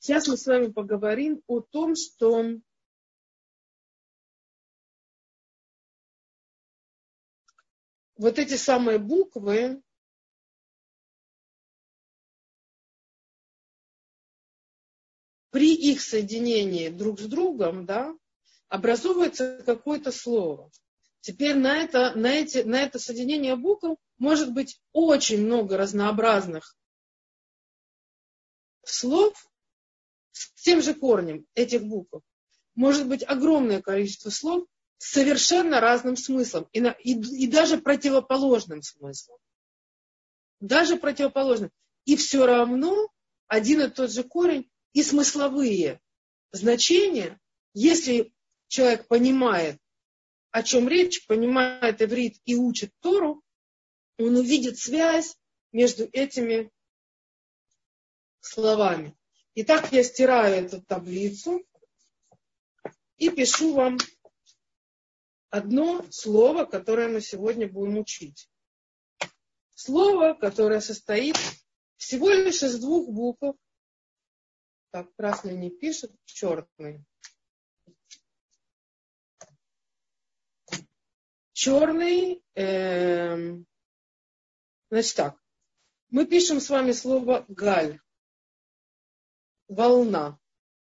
Сейчас мы с вами поговорим о том, что вот эти самые буквы при их соединении друг с другом, да, образовывается какое-то слово. Теперь на это, на эти, на это соединение букв может быть очень много разнообразных слов с тем же корнем этих букв. Может быть огромное количество слов с совершенно разным смыслом и, на, и, и даже противоположным смыслом. Даже противоположным. И все равно один и тот же корень и смысловые значения, если человек понимает, о чем речь, понимает иврит и учит Тору, он увидит связь между этими словами. Итак, я стираю эту таблицу и пишу вам одно слово, которое мы сегодня будем учить. Слово, которое состоит всего лишь из двух букв. Так, красный не пишет, черный. Черный, э, значит так, мы пишем с вами слово галь, волна.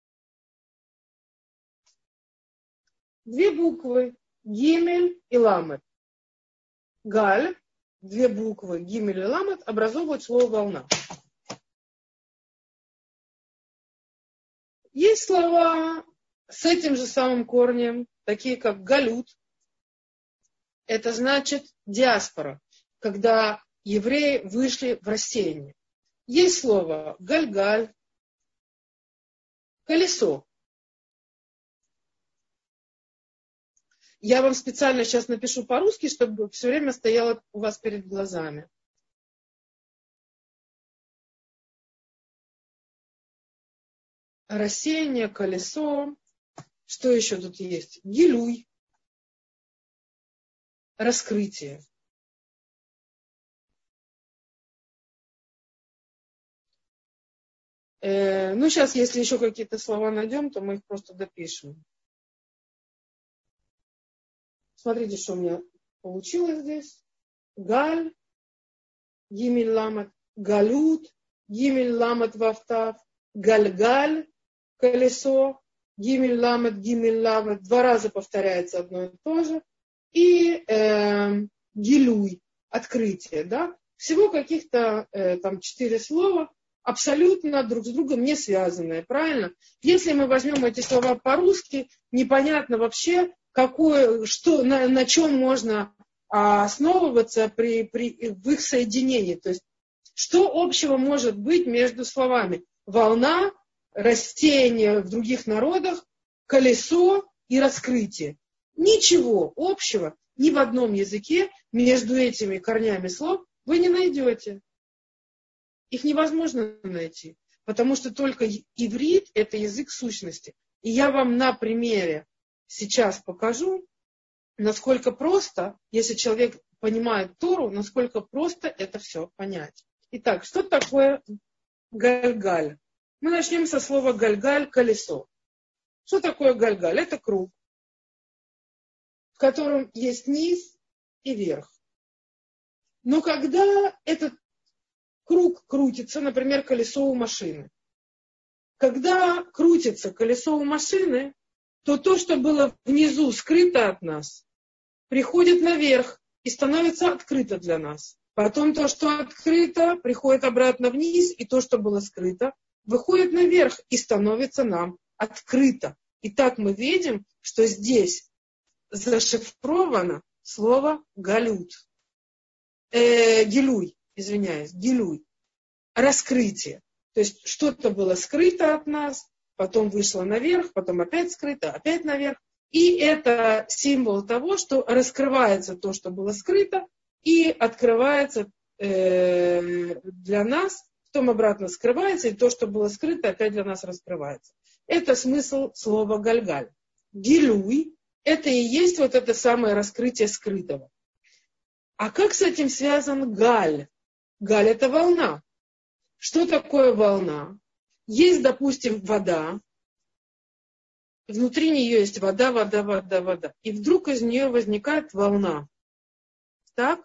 Две буквы, гимель и ламет. Галь, две буквы, гимель и ламет образовывают слово волна. Есть слова с этим же самым корнем, такие как галют. Это значит диаспора, когда евреи вышли в рассеяние. Есть слово галь-галь, колесо. Я вам специально сейчас напишу по-русски, чтобы все время стояло у вас перед глазами. Рассеяние, колесо. Что еще тут есть? Гилюй. Раскрытие. Э, ну, сейчас, если еще какие-то слова найдем, то мы их просто допишем. Смотрите, что у меня получилось здесь. Галь, гимель ламат, галют, гимель ламат вафтав, галь-галь, колесо, гимель ламат, гимель ламат. Два раза повторяется одно и то же. И э, гилюй, открытие, да, всего каких-то э, там четыре слова, абсолютно друг с другом не связанные, правильно? Если мы возьмем эти слова по-русски, непонятно вообще, какое, что, на, на чем можно а, основываться при, при, в их соединении, то есть что общего может быть между словами волна, растение в других народах, колесо и раскрытие. Ничего общего ни в одном языке между этими корнями слов вы не найдете. Их невозможно найти, потому что только иврит – это язык сущности. И я вам на примере сейчас покажу, насколько просто, если человек понимает Тору, насколько просто это все понять. Итак, что такое гальгаль? Мы начнем со слова гальгаль – колесо. Что такое гальгаль? Это круг, в котором есть низ и верх. Но когда этот круг крутится, например, колесо у машины, когда крутится колесо у машины, то то, что было внизу скрыто от нас, приходит наверх и становится открыто для нас. Потом то, что открыто, приходит обратно вниз, и то, что было скрыто, выходит наверх и становится нам открыто. И так мы видим, что здесь зашифровано слово галют. Э, гилюй, извиняюсь, гилюй. Раскрытие. То есть что-то было скрыто от нас, потом вышло наверх, потом опять скрыто, опять наверх. И это символ того, что раскрывается то, что было скрыто, и открывается э, для нас, потом обратно скрывается, и то, что было скрыто, опять для нас раскрывается. Это смысл слова гальгаль. Гилюй – это и есть вот это самое раскрытие скрытого. А как с этим связан галь? Галь – это волна. Что такое волна? есть, допустим, вода, внутри нее есть вода, вода, вода, вода. И вдруг из нее возникает волна. Так?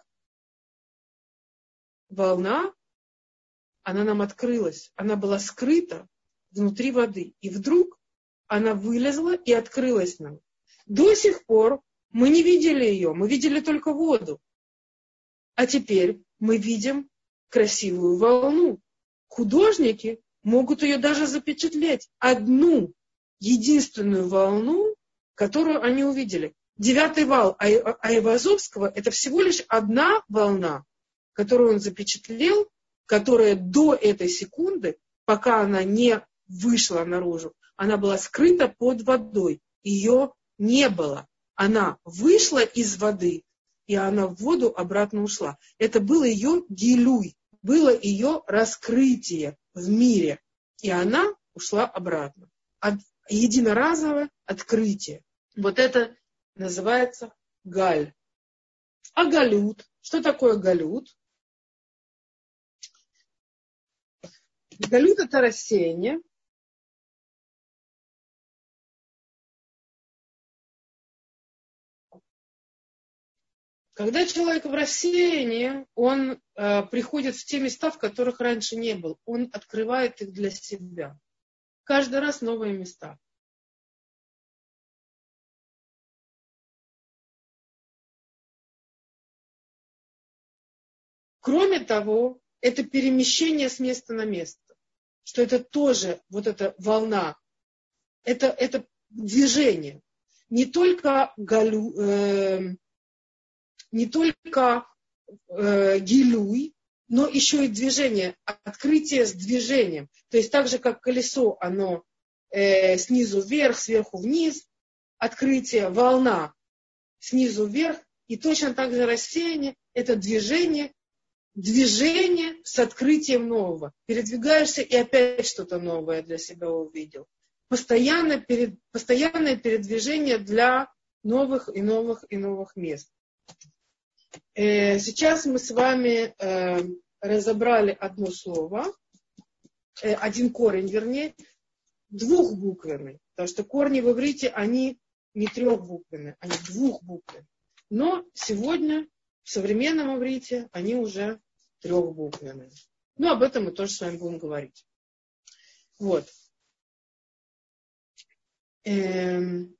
Волна, она нам открылась. Она была скрыта внутри воды. И вдруг она вылезла и открылась нам. До сих пор мы не видели ее, мы видели только воду. А теперь мы видим красивую волну. Художники могут ее даже запечатлеть. Одну единственную волну, которую они увидели. Девятый вал Айвазовского – это всего лишь одна волна, которую он запечатлел, которая до этой секунды, пока она не вышла наружу, она была скрыта под водой. Ее не было. Она вышла из воды, и она в воду обратно ушла. Это было ее гилюй, было ее раскрытие в мире. И она ушла обратно. Единоразовое открытие. Вот это называется галь. А галют? Что такое галют? Галют – это рассеяние. Когда человек в рассеянии, он э, приходит в те места, в которых раньше не был. Он открывает их для себя. Каждый раз новые места. Кроме того, это перемещение с места на место. Что это тоже вот эта волна. Это, это движение. Не только, галю, э, не только э, гилюй, но еще и движение. Открытие с движением. То есть так же, как колесо, оно э, снизу вверх, сверху вниз. Открытие, волна снизу вверх. И точно так же рассеяние – это движение, движение с открытием нового. Передвигаешься и опять что-то новое для себя увидел. Постоянное, перед, постоянное передвижение для новых и новых и новых мест. Э, сейчас мы с вами э, разобрали одно слово, э, один корень, вернее, двухбуквенный. Потому что корни в иврите, они не трехбуквенные, они двухбуквенные. Но сегодня в современном иврите они уже трехбуквенные. Ну, об этом мы тоже с вами будем говорить. Вот. Эм.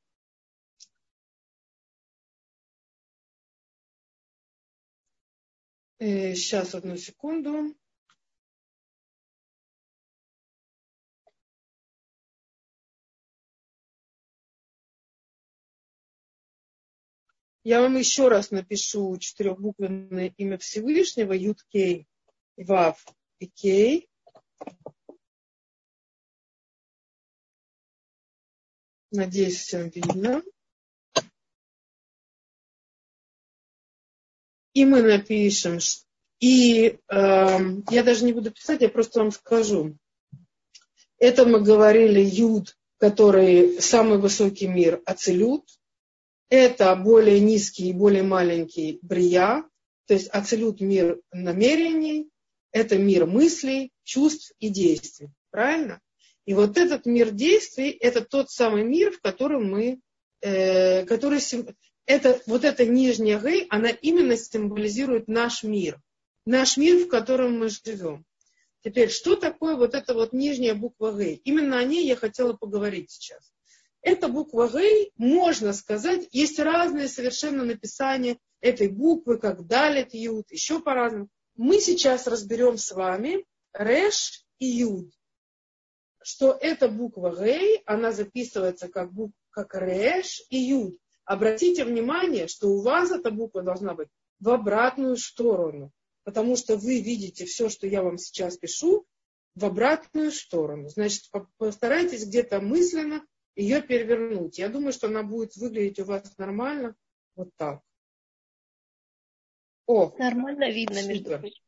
Э, сейчас, одну секунду. Я вам еще раз напишу четырехбуквенное имя Всевышнего, Юд Кей, Вав и Кей. Надеюсь, всем видно. И мы напишем, и э, я даже не буду писать, я просто вам скажу. Это мы говорили Юд, который самый высокий мир, Ацилют. Это более низкий и более маленький Брия, то есть Ацилют мир намерений, это мир мыслей, чувств и действий. Правильно? И вот этот мир действий, это тот самый мир, в котором мы, э, который, это, вот эта нижняя гей, она именно символизирует наш мир. Наш мир, в котором мы живем. Теперь, что такое вот эта вот нижняя буква гей? Именно о ней я хотела поговорить сейчас. Эта буква гей, можно сказать, есть разные совершенно написания этой буквы, как далит, юд, еще по-разному. Мы сейчас разберем с вами реш и юд. Что эта буква гей, она записывается как, бук, как реш и юд. Обратите внимание, что у вас эта буква должна быть в обратную сторону. Потому что вы видите все, что я вам сейчас пишу, в обратную сторону. Значит, постарайтесь где-то мысленно ее перевернуть. Я думаю, что она будет выглядеть у вас нормально. Вот так. О, нормально видно, супер. между прочим.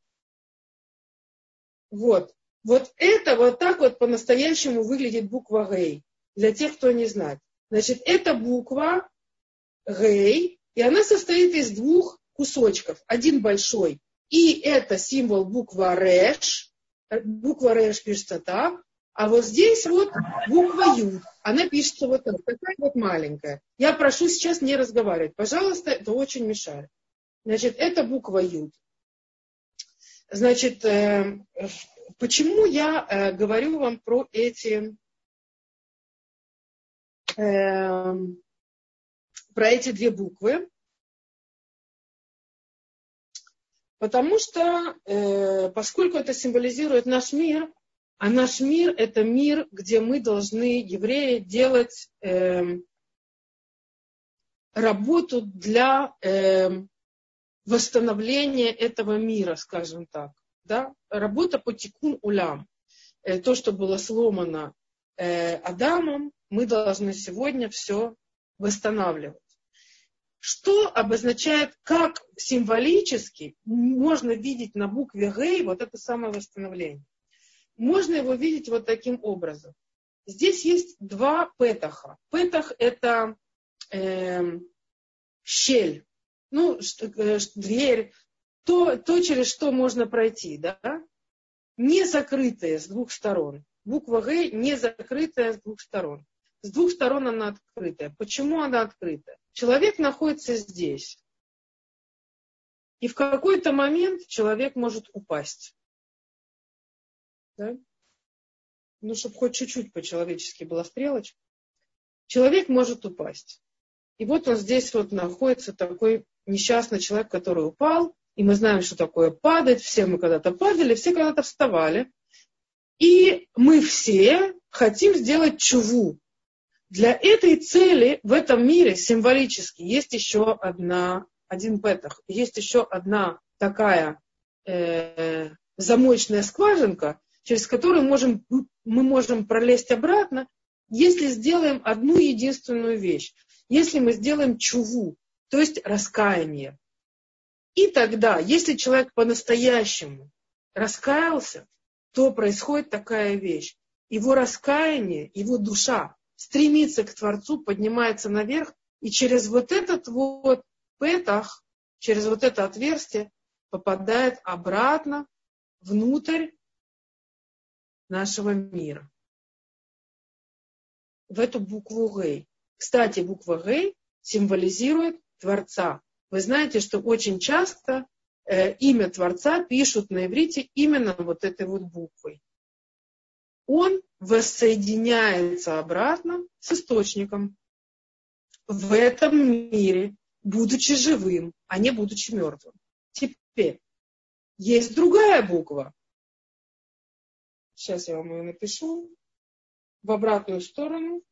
Вот. Вот это вот так вот по-настоящему выглядит буква гей. Для тех, кто не знает. Значит, это буква гей, и она состоит из двух кусочков. Один большой. И это символ буква реш. Буква реш пишется так. А вот здесь вот буква Ю, она пишется вот так, такая вот маленькая. Я прошу сейчас не разговаривать. Пожалуйста, это очень мешает. Значит, это буква Ю. Значит, э, почему я э, говорю вам про эти, э, про эти две буквы? Потому что, э, поскольку это символизирует наш мир, а наш мир – это мир, где мы должны, евреи, делать э, работу для э, восстановления этого мира, скажем так. Да? Работа по тикун улям. Э, то, что было сломано э, Адамом, мы должны сегодня все восстанавливать. Что обозначает, как символически можно видеть на букве Гей вот это самое восстановление? Можно его видеть вот таким образом. Здесь есть два петаха. Петах – это э, щель, ну, э, дверь, то, то, через что можно пройти, да? Не закрытая с двух сторон. Буква Г не закрытая с двух сторон. С двух сторон она открытая. Почему она открытая? Человек находится здесь. И в какой-то момент человек может упасть. Да? Ну, чтобы хоть чуть-чуть по-человечески была стрелочка. Человек может упасть. И вот он здесь вот находится, такой несчастный человек, который упал. И мы знаем, что такое падать. Все мы когда-то падали, все когда-то вставали. И мы все хотим сделать чуву. Для этой цели в этом мире символически есть еще одна, один петах. Есть еще одна такая э, замочная скважинка, через которую можем, мы можем пролезть обратно, если сделаем одну единственную вещь. Если мы сделаем чуву, то есть раскаяние. И тогда, если человек по-настоящему раскаялся, то происходит такая вещь. Его раскаяние, его душа стремится к Творцу, поднимается наверх, и через вот этот вот петах, через вот это отверстие попадает обратно внутрь нашего мира. В эту букву Гей. Кстати, буква Гей символизирует Творца. Вы знаете, что очень часто э, имя Творца пишут на иврите именно вот этой вот буквой. Он воссоединяется обратно с источником в этом мире, будучи живым, а не будучи мертвым. Теперь есть другая буква. Сейчас я вам ее напишу в обратную сторону.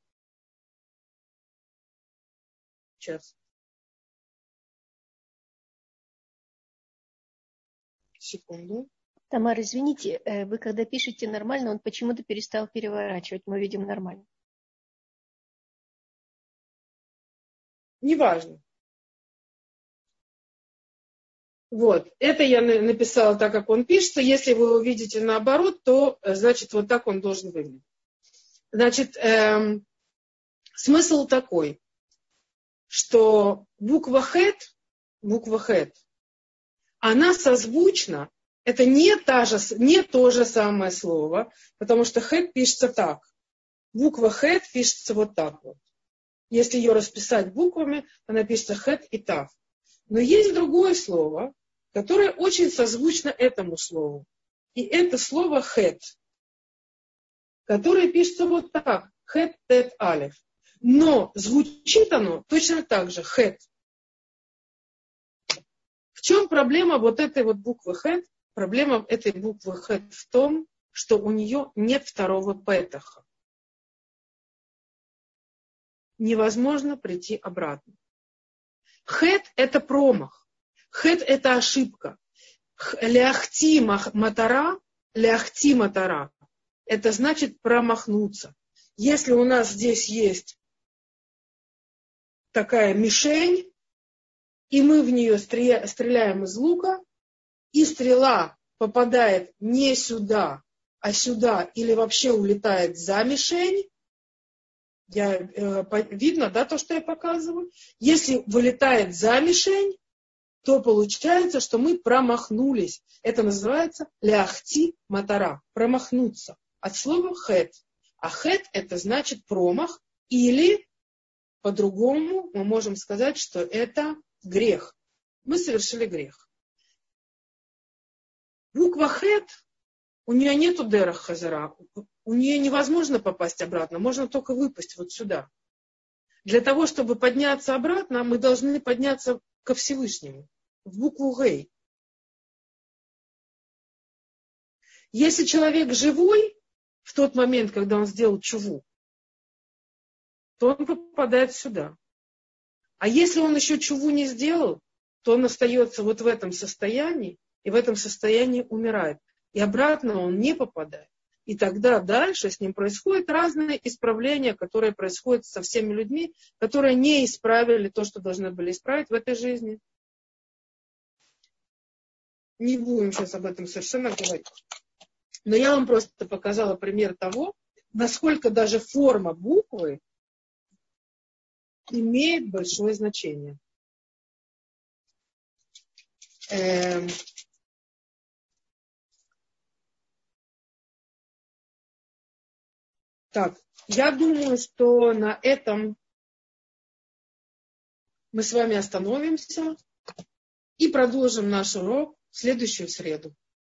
Сейчас. Секунду. Тамара, извините, вы когда пишете нормально, он почему-то перестал переворачивать. Мы видим нормально. Неважно. Вот. Это я написала так, как он пишется. Если вы увидите наоборот, то, значит, вот так он должен выглядеть. Значит, эм, смысл такой, что буква Хет, буква Хет, она созвучна. Это не, та же, не то же самое слово, потому что Хет пишется так. Буква Хет пишется вот так вот. Если ее расписать буквами, она пишется Хет и Тав. Но есть другое слово, которое очень созвучно этому слову. И это слово Хет, которое пишется вот так. Хет, Тет, Алеф. Но звучит оно точно так же. Хет. В чем проблема вот этой вот буквы Хет? Проблема этой буквы Хет в том, что у нее нет второго петаха. Невозможно прийти обратно. Хет – это промах. Хет – это ошибка. Ляхти матара, ляхти матара – это значит промахнуться. Если у нас здесь есть такая мишень, и мы в нее стреляем из лука, и стрела попадает не сюда, а сюда, или вообще улетает за мишень, я, э, видно, да, то, что я показываю? Если вылетает за мишень, то получается, что мы промахнулись. Это называется ляхти матара, промахнуться. от слова хет. А хет это значит промах, или по-другому мы можем сказать, что это грех. Мы совершили грех. Буква хет, у нее нету дерах хазара, у нее невозможно попасть обратно, можно только выпасть вот сюда. Для того, чтобы подняться обратно, мы должны подняться ко Всевышнему, в букву гей. Если человек живой, в тот момент, когда он сделал чуву, то он попадает сюда. А если он еще чуву не сделал, то он остается вот в этом состоянии, и в этом состоянии умирает. И обратно он не попадает. И тогда дальше с ним происходят разные исправления, которые происходят со всеми людьми, которые не исправили то, что должны были исправить в этой жизни. Не будем сейчас об этом совершенно говорить. Но я вам просто показала пример того, насколько даже форма буквы имеет большое значение. Эм... Так, я думаю, что на этом мы с вами остановимся и продолжим наш урок в следующую среду.